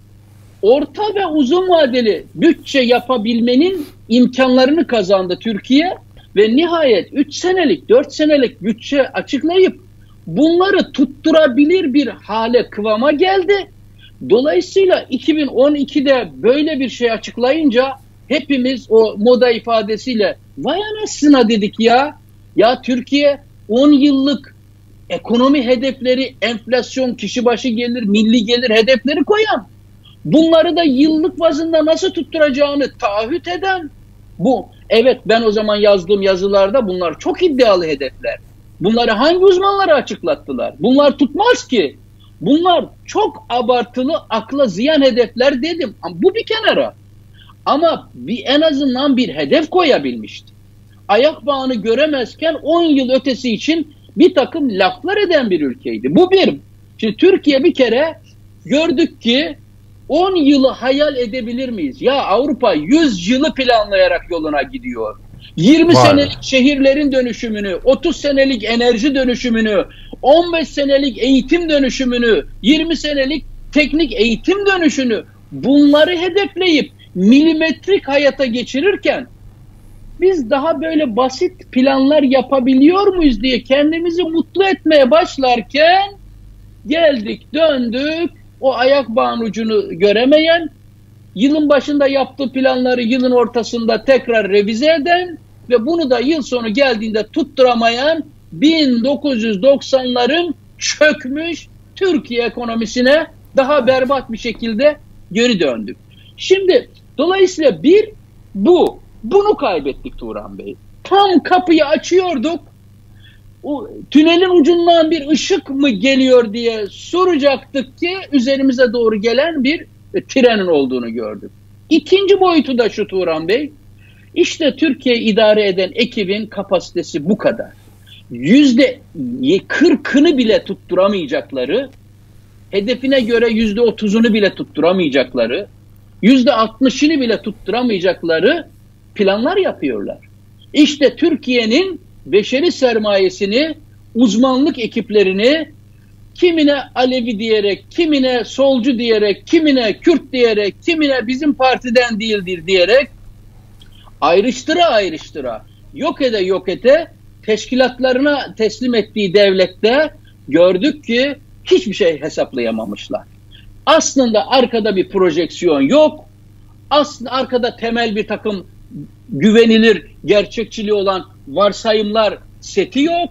orta ve uzun vadeli bütçe yapabilmenin imkanlarını kazandı Türkiye ve nihayet 3 senelik, 4 senelik bütçe açıklayıp bunları tutturabilir bir hale, kıvama geldi. Dolayısıyla 2012'de böyle bir şey açıklayınca hepimiz o moda ifadesiyle vay anasına dedik ya. Ya Türkiye 10 yıllık ekonomi hedefleri, enflasyon, kişi başı gelir, milli gelir hedefleri koyan, bunları da yıllık bazında nasıl tutturacağını taahhüt eden, bu evet ben o zaman yazdığım yazılarda bunlar çok iddialı hedefler. Bunları hangi uzmanlara açıklattılar? Bunlar tutmaz ki. Bunlar çok abartılı, akla ziyan hedefler dedim. Bu bir kenara. Ama en azından bir hedef koyabilmişti. Ayak bağını göremezken 10 yıl ötesi için bir takım laflar eden bir ülkeydi. Bu bir. Şimdi Türkiye bir kere gördük ki 10 yılı hayal edebilir miyiz? Ya Avrupa 100 yılı planlayarak yoluna gidiyor. 20 senelik şehirlerin dönüşümünü, 30 senelik enerji dönüşümünü, 15 senelik eğitim dönüşümünü, 20 senelik teknik eğitim dönüşünü, bunları hedefleyip milimetrik hayata geçirirken biz daha böyle basit planlar yapabiliyor muyuz diye kendimizi mutlu etmeye başlarken geldik, döndük, o ayak bağın ucunu göremeyen, yılın başında yaptığı planları yılın ortasında tekrar revize eden ve bunu da yıl sonu geldiğinde tutturamayan 1990'ların çökmüş Türkiye ekonomisine daha berbat bir şekilde geri döndük. Şimdi dolayısıyla bunu kaybettik Turan Bey. Tam kapıyı açıyorduk. O tünelin ucundan bir ışık mı geliyor diye soracaktık ki üzerimize doğru gelen bir trenin olduğunu gördük. İkinci boyutu da şu Turan Bey. İşte Türkiye idare eden ekibin kapasitesi bu kadar. %40'ını bile tutturamayacakları, hedefine göre %30'unu bile tutturamayacakları, %60'ını bile tutturamayacakları planlar yapıyorlar. İşte Türkiye'nin beşeri sermayesini, uzmanlık ekiplerini kimine Alevi diyerek, kimine solcu diyerek, kimine Kürt diyerek, kimine bizim partiden değildir diyerek ayrıştıra, yok ede teşkilatlarına teslim ettiği devlette gördük ki hiçbir şey hesaplayamamışlar. Aslında arkada bir projeksiyon yok. Aslında arkada temel bir takım güvenilir, gerçekçiliği olan varsayımlar seti yok.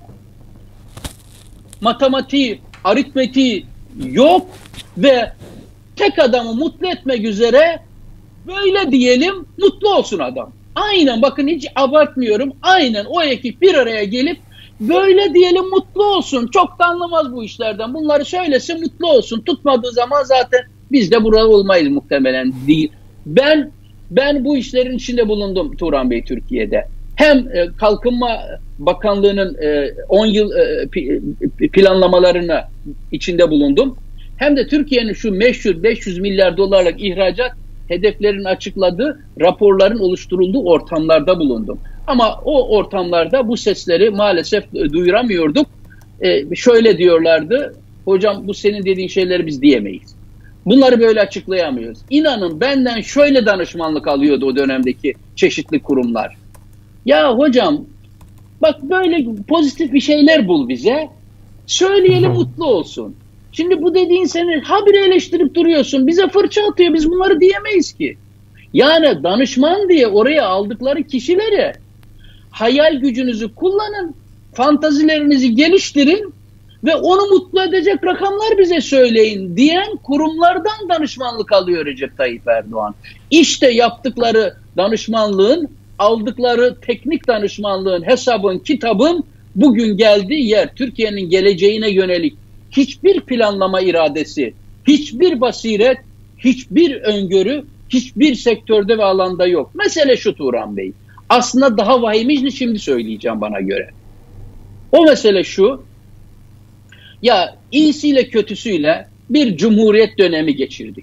Matematiği, aritmetiği yok ve tek adamı mutlu etmek üzere böyle diyelim mutlu olsun adam. Aynen, bakın hiç abartmıyorum. Aynen o ekip bir araya gelip böyle diyelim mutlu olsun. Çok da anlamaz bu işlerden. Bunları söylesin mutlu olsun. Tutmadığı zaman zaten biz de burada olmayız muhtemelen değil. Ben bu işlerin içinde bulundum Turan Bey Türkiye'de. Hem Kalkınma Bakanlığı'nın 10 yıl planlamalarına içinde bulundum. Hem de Türkiye'nin şu meşhur 500 milyar dolarlık ihracat hedeflerini açıkladığı raporların oluşturulduğu ortamlarda bulundum. Ama o ortamlarda bu sesleri maalesef duyuramıyorduk. Şöyle diyorlardı, hocam bu senin dediğin şeyleri biz diyemeyiz. Bunları böyle açıklayamıyoruz. İnanın benden şöyle danışmanlık alıyordu o dönemdeki çeşitli kurumlar. Ya hocam bak böyle pozitif bir şeyler bul bize. Söyleyelim mutlu olsun. Şimdi bu dediğin seni habire eleştirip duruyorsun. Bize fırça atıyor. Biz bunları diyemeyiz ki. Yani danışman diye oraya aldıkları kişilere hayal gücünüzü kullanın. Fantazilerinizi geliştirin ve onu mutlu edecek rakamlar bize söyleyin diyen kurumlardan danışmanlık alıyor Recep Tayyip Erdoğan. İşte yaptıkları danışmanlığın, aldıkları teknik danışmanlığın, hesabın, kitabın bugün geldiği yer Türkiye'nin geleceğine yönelik hiçbir planlama iradesi, hiçbir basiret, hiçbir öngörü, hiçbir sektörde ve alanda yok. Mesele şu Turan Bey. Aslında daha vahimizli şimdi söyleyeceğim bana göre. O mesele şu. Ya iyisiyle kötüsüyle bir cumhuriyet dönemi geçirdik.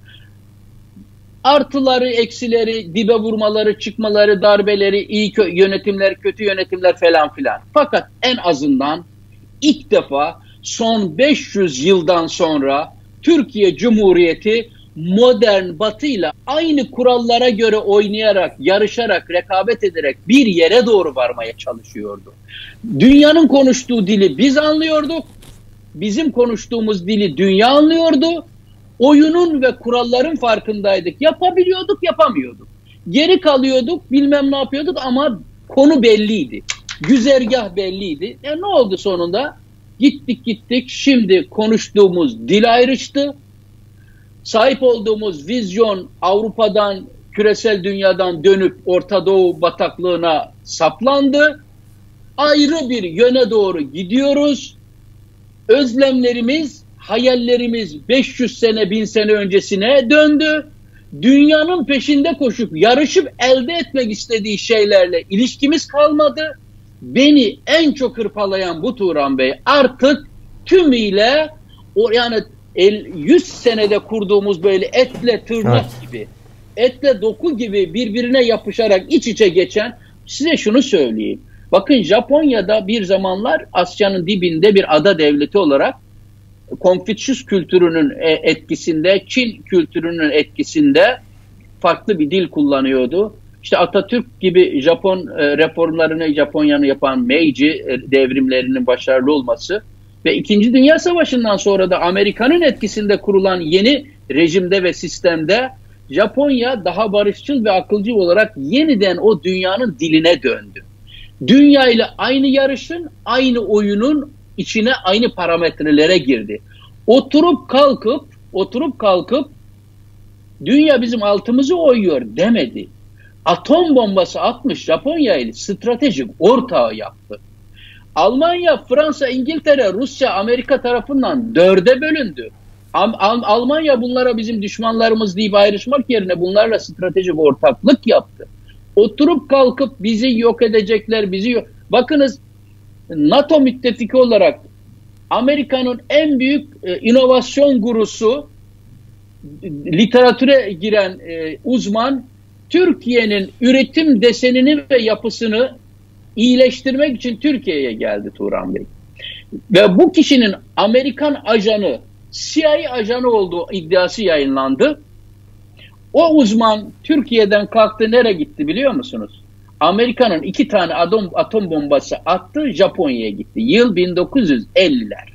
Artıları, eksileri, dibe vurmaları, çıkmaları, darbeleri, iyi yönetimler, kötü yönetimler falan filan. Fakat en azından ilk defa son 500 yıldan sonra Türkiye Cumhuriyeti modern batıyla aynı kurallara göre oynayarak, yarışarak, rekabet ederek bir yere doğru varmaya çalışıyordu. Dünyanın konuştuğu dili biz anlıyorduk. Bizim konuştuğumuz dili dünya anlıyordu. Oyunun ve kuralların farkındaydık. Yapabiliyorduk, yapamıyorduk. Geri kalıyorduk, bilmem ne yapıyorduk ama konu belliydi. Güzergah belliydi. Ne oldu sonunda? Gittik. Şimdi konuştuğumuz dil ayrıştı. Sahip olduğumuz vizyon Avrupa'dan, küresel dünyadan dönüp Orta Doğu bataklığına saplandı. Ayrı bir yöne doğru gidiyoruz. Özlemlerimiz, hayallerimiz 500 sene, 1000 sene öncesine döndü. Dünyanın peşinde koşup, yarışıp elde etmek istediği şeylerle ilişkimiz kalmadı. beni en çok hırpalayan bu Turan Bey. Artık tümüyle yani 100 senede kurduğumuz böyle etle tırnak gibi, etle doku gibi birbirine yapışarak iç içe geçen, size şunu söyleyeyim. Bakın, Japonya'da bir zamanlar Asya'nın dibinde bir ada devleti olarak Konfüçyüs kültürünün etkisinde, Çin kültürünün etkisinde farklı bir dil kullanıyordu. İşte Atatürk gibi Japon reformlarını Japonya'nın yapan Meiji devrimlerinin başarılı olması ve İkinci Dünya Savaşı'ndan sonra da Amerika'nın etkisinde kurulan yeni rejimde ve sistemde Japonya daha barışçıl ve akılcı olarak yeniden o dünyanın diline döndü. Dünya ile aynı yarışın, aynı oyunun içine, aynı parametrelere girdi. Oturup kalkıp dünya bizim altımızı oyuyor demedi. Atom bombası atmış Japonya ile stratejik ortağı yaptı. Almanya, Fransa, İngiltere, Rusya, Amerika tarafından 4'e bölündü. Almanya bunlara bizim düşmanlarımız deyip ayrışmak yerine bunlarla stratejik ortaklık yaptı. Oturup kalkıp bizi yok edecekler, Bakınız, NATO müttefiki olarak Amerika'nın en büyük inovasyon gurusu, literatüre giren uzman, Türkiye'nin üretim desenini ve yapısını iyileştirmek için Türkiye'ye geldi Turan Bey. Ve bu kişinin Amerikan ajanı, CIA ajanı olduğu iddiası yayınlandı. O uzman Türkiye'den kalktı, nereye gitti biliyor musunuz? Amerika'nın 2 tane atom bombası attı, Japonya'ya gitti. Yıl 1950'ler.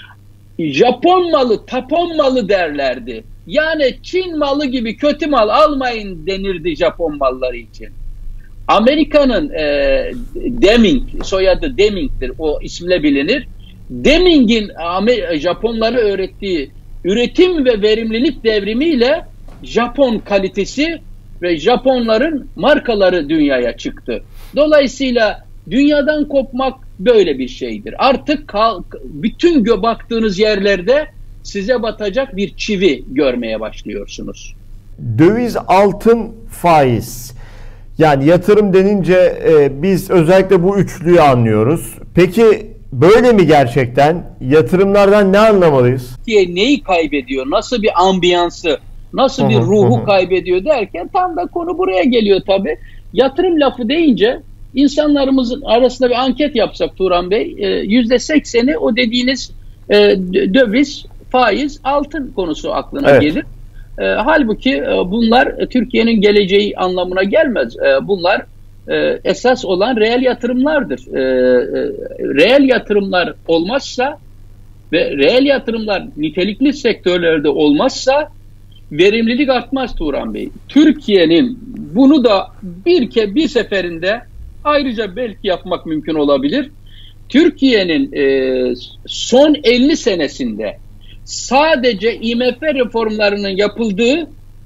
Japon malı, tapon malı derlerdi. Yani Çin malı gibi kötü mal almayın denirdi Japon malları için. Amerika'nın Deming, soyadı Deming'dir, o isimle bilinir. Deming'in Japonlara öğrettiği üretim ve verimlilik devrimiyle Japon kalitesi ve Japonların markaları dünyaya çıktı. Dolayısıyla dünyadan kopmak böyle bir şeydir. Artık bütün baktığınız yerlerde size batacak bir çivi görmeye başlıyorsunuz. Döviz, altın, faiz. Yani yatırım denince biz özellikle bu üçlüyü anlıyoruz. Peki böyle mi gerçekten? Yatırımlardan ne anlamalıyız? Neyi kaybediyor? Nasıl bir ambiyansı, nasıl bir ruhu kaybediyor derken tam da konu buraya geliyor tabii. Yatırım lafı deyince insanlarımızın arasında bir anket yapsak Turan Bey, %80'i o dediğiniz döviz, faiz, altın konusu aklına gelir. Halbuki bunlar Türkiye'nin geleceği anlamına gelmez. Bunlar esas olan reel yatırımlardır. Reel yatırımlar olmazsa ve reel yatırımlar nitelikli sektörlerde olmazsa verimlilik artmaz Turan Bey. Türkiye'nin bunu da bir seferinde ayrıca belki yapmak mümkün olabilir. Türkiye'nin son 50 senesinde sadece IMF reformlarının yapıldığı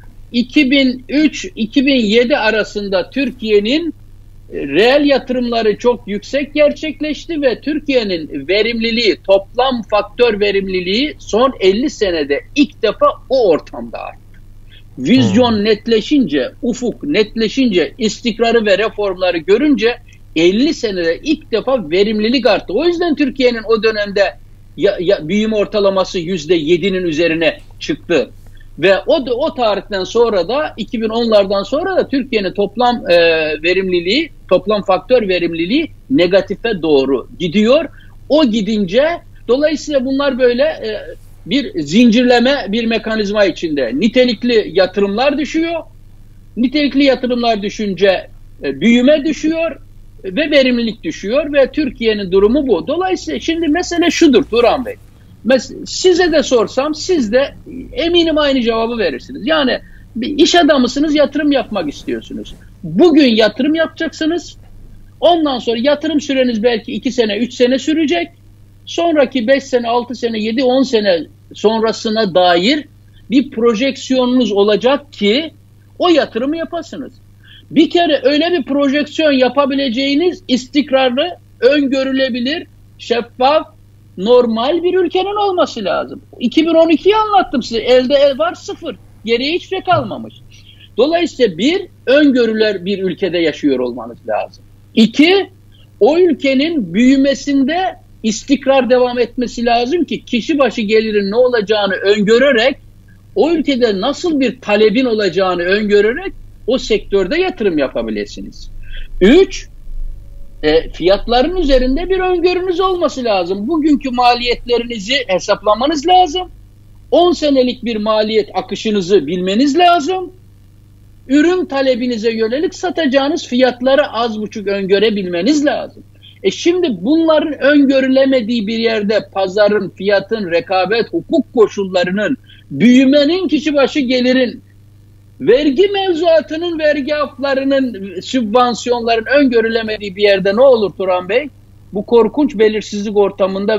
2003-2007 arasında Türkiye'nin reel yatırımları çok yüksek gerçekleşti ve Türkiye'nin verimliliği, toplam faktör verimliliği son 50 senede ilk defa o ortamda arttı. Vizyon netleşince, ufuk netleşince, istikrarı ve reformları görünce 50 senede ilk defa verimlilik arttı. O yüzden Türkiye'nin o dönemde büyüme ortalaması %7'nin üzerine çıktı. Ve o tarihten sonra da 2010'lardan sonra da Türkiye'nin toplam verimliliği, toplam faktör verimliliği negatife doğru gidiyor. O gidince dolayısıyla bunlar böyle bir zincirleme bir mekanizma içinde. Nitelikli yatırımlar düşüyor. Nitelikli yatırımlar düşünce büyüme düşüyor ve verimlilik düşüyor ve Türkiye'nin durumu bu. Dolayısıyla şimdi mesele şudur Turan Bey. Size de sorsam siz de eminim aynı cevabı verirsiniz. Yani bir iş adamısınız, yatırım yapmak istiyorsunuz. Bugün yatırım yapacaksınız. Ondan sonra yatırım süreniz belki 2 sene, 3 sene sürecek. Sonraki 5 sene, 6 sene, 7, 10 sene sonrasına dair bir projeksiyonunuz olacak ki o yatırımı yapasınız. Bir kere öyle bir projeksiyon yapabileceğiniz istikrarlı, öngörülebilir, şeffaf, normal bir ülkenin olması lazım. 2012'yi anlattım size. Elde el var, 0. Geriye hiçbir şey kalmamış. Dolayısıyla öngörüler bir ülkede yaşıyor olmanız lazım. 2, O ülkenin büyümesinde istikrar devam etmesi lazım ki kişi başı gelirin ne olacağını öngörerek, o ülkede nasıl bir talebin olacağını öngörerek o sektörde yatırım yapabilirsiniz. 3, fiyatların üzerinde bir öngörünüz olması lazım. Bugünkü maliyetlerinizi hesaplamanız lazım. 10 senelik bir maliyet akışınızı bilmeniz lazım. Ürün talebinize yönelik satacağınız fiyatları az buçuk öngörebilmeniz lazım. Şimdi bunların öngörülemediği bir yerde pazarın, fiyatın, rekabet, hukuk koşullarının, büyümenin, kişi başı gelirin, vergi mevzuatının, vergi haflarının, sübvansiyonların öngörülemediği bir yerde ne olur Turan Bey? Bu korkunç belirsizlik ortamında,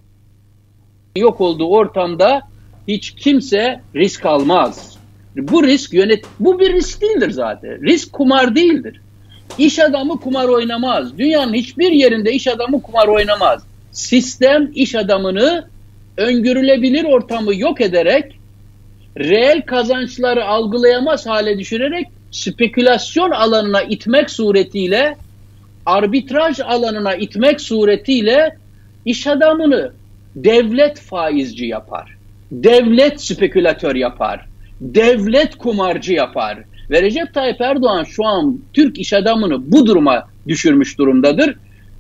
yok olduğu ortamda hiç kimse risk almaz. Bu risk bu bir risk değildir zaten. Risk kumar değildir. İş adamı kumar oynamaz. Dünyanın hiçbir yerinde iş adamı kumar oynamaz. Sistem iş adamını öngörülebilir ortamı yok ederek, reel kazançları algılayamaz hale düşürerek, spekülasyon alanına itmek suretiyle, arbitraj alanına itmek suretiyle iş adamını devlet faizci yapar. Devlet spekülatör yapar. Devlet kumarcı yapar. Ve Recep Tayyip Erdoğan şu an Türk iş adamını bu duruma düşürmüş durumdadır.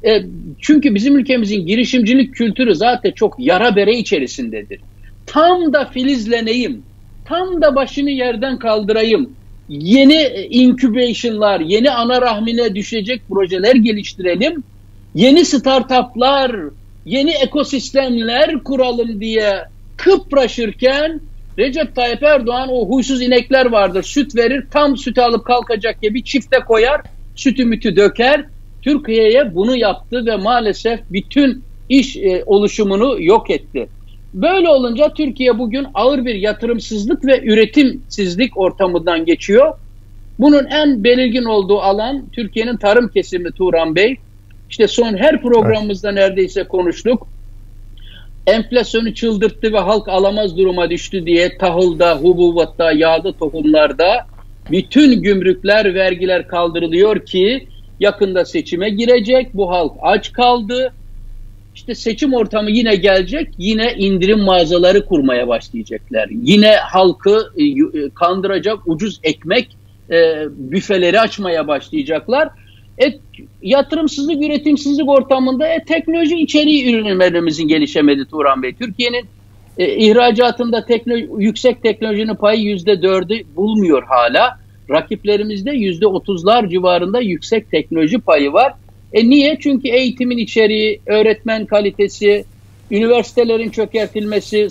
Çünkü bizim ülkemizin girişimcilik kültürü zaten çok yara bere içerisindedir. Tam da filizleneyim, tam da başını yerden kaldırayım, yeni incubation'lar, yeni ana rahmine düşecek projeler geliştirelim, yeni startuplar, yeni ekosistemler kuralım diye kıpraşırken Recep Tayyip Erdoğan, o huysuz inekler vardır, süt verir, tam sütü alıp kalkacak gibi çifte koyar, sütü mütü döker. Türkiye'ye bunu yaptı ve maalesef bütün iş oluşumunu yok etti. Böyle olunca Türkiye bugün ağır bir yatırımsızlık ve üretimsizlik ortamından geçiyor. Bunun en belirgin olduğu alan Türkiye'nin tarım kesimi Turan Bey. İşte son her programımızda neredeyse konuştuk. Enflasyonu çıldırttı ve halk alamaz duruma düştü diye tahılda, hububatta, yağda, tohumlarda bütün gümrükler, vergiler kaldırılıyor ki yakında seçime girecek. Bu halk aç kaldı. İşte seçim ortamı yine gelecek. Yine indirim mağazaları kurmaya başlayacaklar. Yine halkı kandıracak ucuz ekmek büfeleri açmaya başlayacaklar. Yatırımsızlık, üretimsizlik ortamında teknoloji içeriği ürünlerimizin gelişemedi Turan Bey. Türkiye'nin ihracatında yüksek teknolojinin payı %4'ü bulmuyor hala. Rakiplerimizde %30'lar civarında yüksek teknoloji payı var. Niye? Çünkü eğitimin içeriği, öğretmen kalitesi, üniversitelerin çökertilmesi,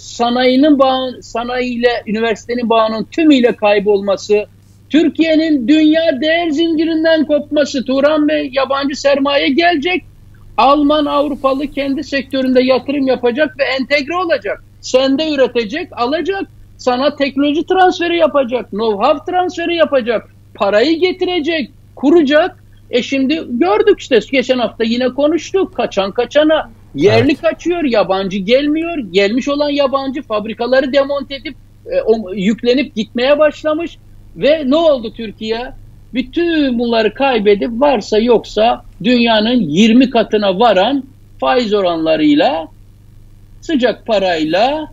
sanayiyle üniversitenin bağının tümüyle kaybolması, Türkiye'nin dünya değer zincirinden kopması. Turan Bey, yabancı sermaye gelecek, Alman, Avrupalı kendi sektöründe yatırım yapacak ve entegre olacak. Sende üretecek, alacak, sana teknoloji transferi yapacak, know-how transferi yapacak, parayı getirecek, kuracak. Şimdi gördük işte, geçen hafta yine konuştuk, kaçan kaçana, yerli kaçıyor, yabancı gelmiyor, gelmiş olan yabancı fabrikaları demonte edip yüklenip gitmeye başlamış. Ve ne oldu Türkiye? Bütün bunları kaybedip varsa yoksa dünyanın 20 katına varan faiz oranlarıyla, sıcak parayla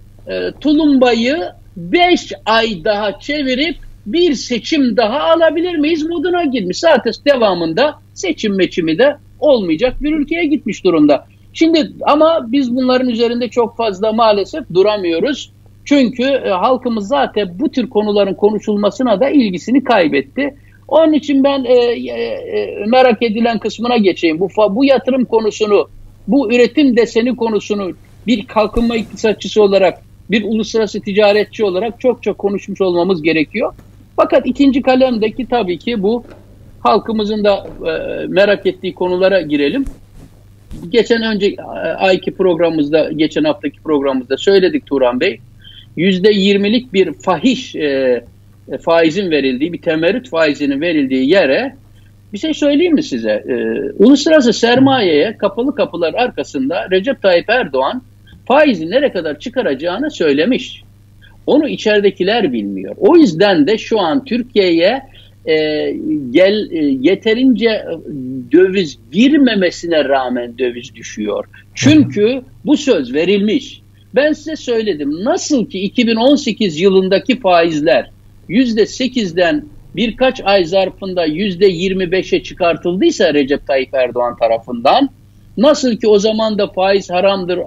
tulumbayı 5 ay daha çevirip bir seçim daha alabilir miyiz moduna girmiş. Zaten devamında seçim meçimi de olmayacak bir ülkeye gitmiş durumda. Şimdi ama biz bunların üzerinde çok fazla maalesef duramıyoruz. Çünkü halkımız zaten bu tür konuların konuşulmasına da ilgisini kaybetti. Onun için ben merak edilen kısmına geçeyim. Bu yatırım konusunu, bu üretim deseni konusunu bir kalkınma iktisatçısı olarak, bir uluslararası ticaretçi olarak çok çok konuşmuş olmamız gerekiyor. Fakat ikinci kalemdeki tabii ki bu halkımızın da merak ettiği konulara girelim. Geçen haftaki programımızda söyledik Turan Bey. %20'lik bir fahiş faizin verildiği, bir temerrüt faizinin verildiği yere bir şey söyleyeyim mi size? Uluslararası sermayeye kapalı kapılar arkasında Recep Tayyip Erdoğan faizi nereye kadar çıkaracağını söylemiş. Onu içeridekiler bilmiyor. O yüzden de şu an Türkiye'ye yeterince döviz girmemesine rağmen döviz düşüyor. Çünkü bu söz verilmiş. Ben size söyledim. Nasıl ki 2018 yılındaki faizler %8'den birkaç ay zarfında %25'e çıkartıldıysa Recep Tayyip Erdoğan tarafından, nasıl ki o zaman da faiz haramdır,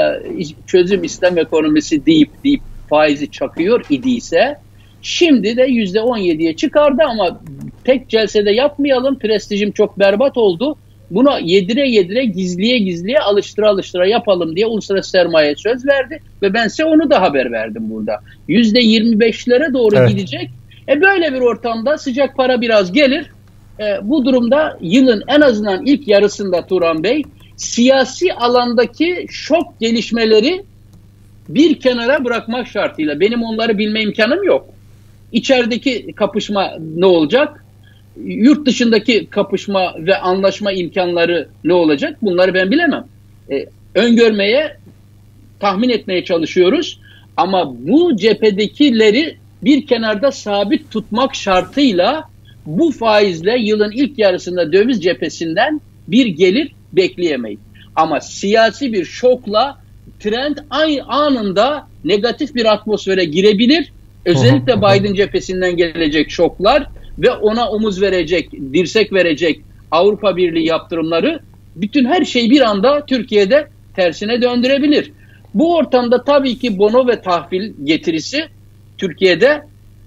çözüm İslam ekonomisi deyip faizi çakıyor idiyse, şimdi de %17'ye çıkardı ama tek celsede yapmayalım, prestijim çok berbat oldu. Buna yedire gizliye alıştıra yapalım diye uluslararası sermaye söz verdi ve ben size onu da haber verdim burada. %25'lere doğru gidecek. Böyle bir ortamda sıcak para biraz gelir. Bu durumda yılın en azından ilk yarısında Turan Bey, siyasi alandaki şok gelişmeleri bir kenara bırakmak şartıyla, benim onları bilme imkanım yok. İçerideki kapışma ne olacak? Yurt dışındaki kapışma ve anlaşma imkanları ne olacak? Bunları ben bilemem. Öngörmeye, tahmin etmeye çalışıyoruz. Ama bu cephedekileri bir kenarda sabit tutmak şartıyla bu faizle yılın ilk yarısında döviz cephesinden bir gelir bekleyemeyiz. Ama siyasi bir şokla trend anında negatif bir atmosfere girebilir. Özellikle Biden cephesinden gelecek şoklar ve ona omuz verecek, dirsek verecek Avrupa Birliği yaptırımları bütün her şeyi bir anda Türkiye'de tersine döndürebilir. Bu ortamda tabii ki bono ve tahvil getirisi Türkiye'de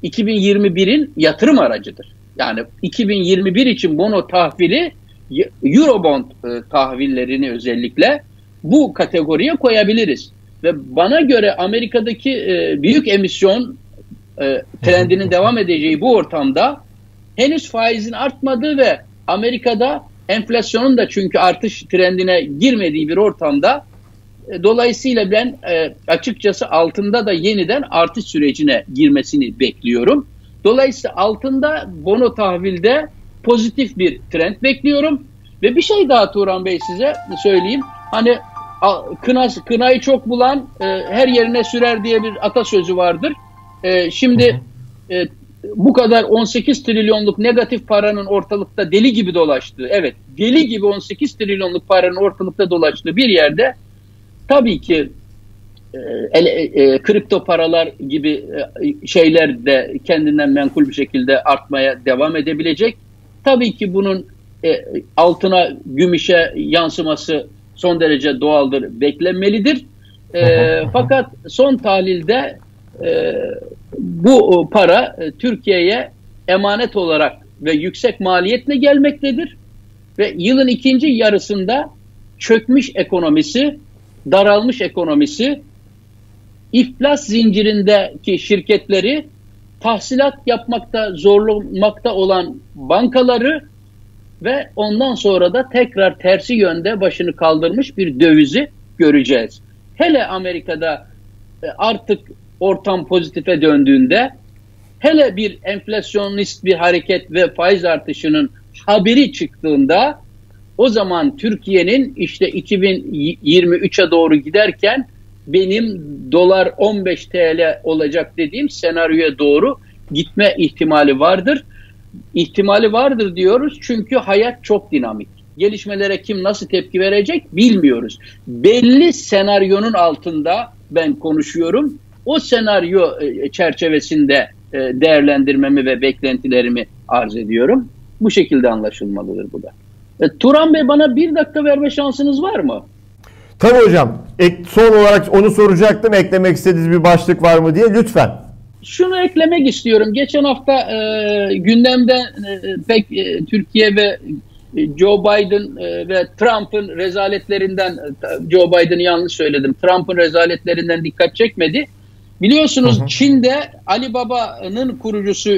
2021'in yatırım aracıdır. Yani 2021 için bono tahvili, Eurobond tahvillerini özellikle bu kategoriye koyabiliriz. Ve bana göre Amerika'daki büyük emisyon trendinin devam edeceği bu ortamda henüz faizin artmadığı ve Amerika'da enflasyonun da çünkü artış trendine girmediği bir ortamda, dolayısıyla ben açıkçası altında da yeniden artış sürecine girmesini bekliyorum. Dolayısıyla altında bono tahvilde pozitif bir trend bekliyorum. Ve bir şey daha Turan Bey size söyleyeyim. Hani kınayı çok bulan her yerine sürer diye bir atasözü vardır. Şimdi bu kadar 18 trilyonluk negatif paranın ortalıkta deli gibi dolaştığı, evet deli gibi 18 trilyonluk paranın ortalıkta dolaştığı bir yerde tabii ki kripto paralar gibi şeyler de kendinden menkul bir şekilde artmaya devam edebilecek. Tabii ki bunun altına, gümüşe yansıması son derece doğaldır, beklenmelidir. Fakat son tahlilde bu para Türkiye'ye emanet olarak ve yüksek maliyetle gelmektedir. Ve yılın ikinci yarısında çökmüş ekonomisi, daralmış ekonomisi, iflas zincirindeki şirketleri, tahsilat yapmakta zorlanmakta olan bankaları ve ondan sonra da tekrar tersi yönde başını kaldırmış bir dövizi göreceğiz. Hele Amerika'da artık ortam pozitife döndüğünde, hele bir enflasyonist bir hareket ve faiz artışının haberi çıktığında, o zaman Türkiye'nin işte 2023'e doğru giderken benim dolar 15 TL olacak dediğim senaryoya doğru gitme ihtimali vardır. İhtimali vardır diyoruz çünkü hayat çok dinamik. Gelişmelere kim nasıl tepki verecek bilmiyoruz. Belli senaryonun altında ben konuşuyorum. O senaryo çerçevesinde değerlendirmemi ve beklentilerimi arz ediyorum. Bu şekilde anlaşılmalıdır bu da. Turan Bey, bana bir dakika verme şansınız var mı? Tabii hocam. Son olarak onu soracaktım. Eklemek istediğiniz bir başlık var mı diye. Lütfen. Şunu eklemek istiyorum. Geçen hafta gündemde pek Türkiye ve Joe Biden ve Trump'ın rezaletlerinden, Joe Biden'ı yanlış söyledim, Trump'ın rezaletlerinden dikkat çekmedi. Biliyorsunuz Çin'de Alibaba'nın kurucusu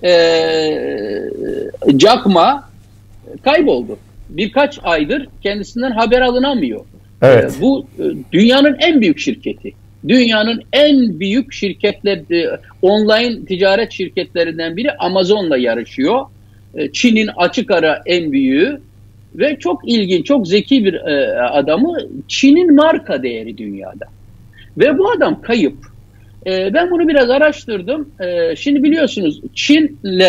Jack Ma kayboldu. Birkaç aydır kendisinden haber alınamıyor. Evet. Bu dünyanın en büyük şirketi. Dünyanın en büyük şirketler, online ticaret şirketlerinden biri Amazon'la yarışıyor. Çin'in açık ara en büyüğü ve çok ilginç, çok zeki bir adamı. Çin'in marka değeri dünyada. Ve bu adam kayıp. Ben bunu biraz araştırdım. Şimdi biliyorsunuz Çin'le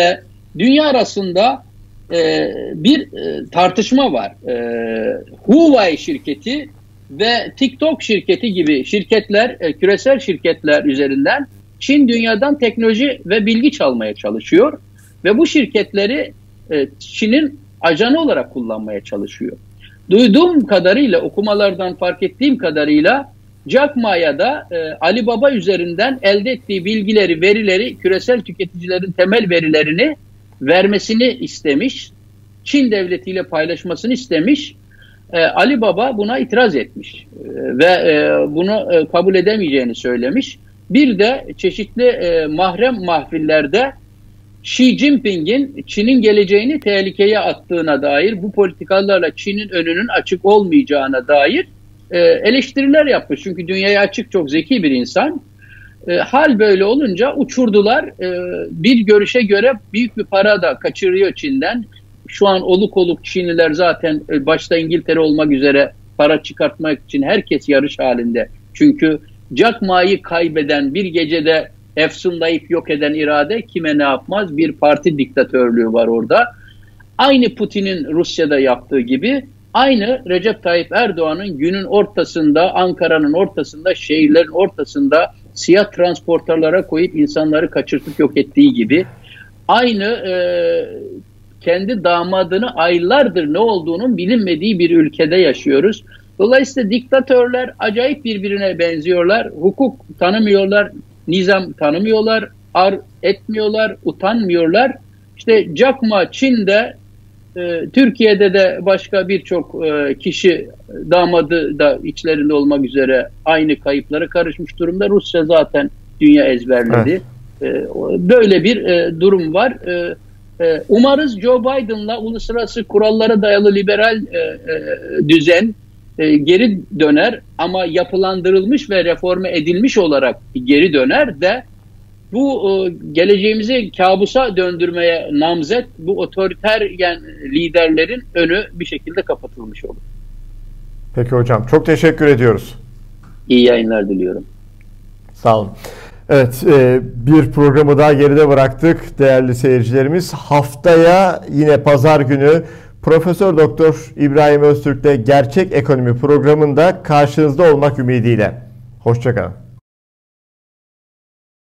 dünya arasında bir tartışma var. Huawei şirketi ve TikTok şirketi gibi şirketler, küresel şirketler üzerinden Çin dünyadan teknoloji ve bilgi çalmaya çalışıyor. Ve bu şirketleri Çin'in ajanı olarak kullanmaya çalışıyor. Duyduğum kadarıyla, okumalardan fark ettiğim kadarıyla Jack Ma'ya da Alibaba üzerinden elde ettiği bilgileri, verileri, küresel tüketicilerin temel verilerini vermesini istemiş. Çin devletiyle paylaşmasını istemiş. Alibaba buna itiraz etmiş ve bunu kabul edemeyeceğini söylemiş. Bir de çeşitli mahrem mahfillerde Xi Jinping'in Çin'in geleceğini tehlikeye attığına dair, bu politikalarla Çin'in önünün açık olmayacağına dair eleştiriler yapmış. Çünkü dünyaya açık, çok zeki bir insan. Hal böyle olunca uçurdular. Bir görüşe göre büyük bir para da kaçırıyor Çin'den. Şu an oluk oluk Çinliler zaten başta İngiltere olmak üzere para çıkartmak için herkes yarış halinde. Çünkü Jack Ma'yı kaybeden, bir gecede efsunlayıp yok eden irade kime ne yapmaz? Bir parti diktatörlüğü var orada. Aynı Putin'in Rusya'da yaptığı gibi, aynı Recep Tayyip Erdoğan'ın günün ortasında, Ankara'nın ortasında, şehirlerin ortasında siyah transporterlara koyup insanları kaçırtıp yok ettiği gibi, aynı kendi damadını aylardır ne olduğunun bilinmediği bir ülkede yaşıyoruz. Dolayısıyla diktatörler acayip birbirine benziyorlar. Hukuk tanımıyorlar, nizam tanımıyorlar, ar etmiyorlar, utanmıyorlar. İşte Jack Ma Çin'de, Türkiye'de de başka birçok kişi, damadı da içlerinde olmak üzere aynı kayıplara karışmış durumda. Rusya zaten dünya ezberledi. Evet. Böyle bir durum var. Umarız Joe Biden'la uluslararası kurallara dayalı liberal düzen geri döner, ama yapılandırılmış ve reforme edilmiş olarak geri döner de bu geleceğimizi kabusa döndürmeye namzet bu otoriter liderlerin önü bir şekilde kapatılmış olur. Peki hocam, çok teşekkür ediyoruz. İyi yayınlar diliyorum. Sağ olun. Evet, bir programı daha geride bıraktık değerli seyircilerimiz. Haftaya yine pazar günü Profesör Doktor İbrahim Öztürk'le Gerçek Ekonomi programında karşınızda olmak ümidiyle. Hoşça kalın.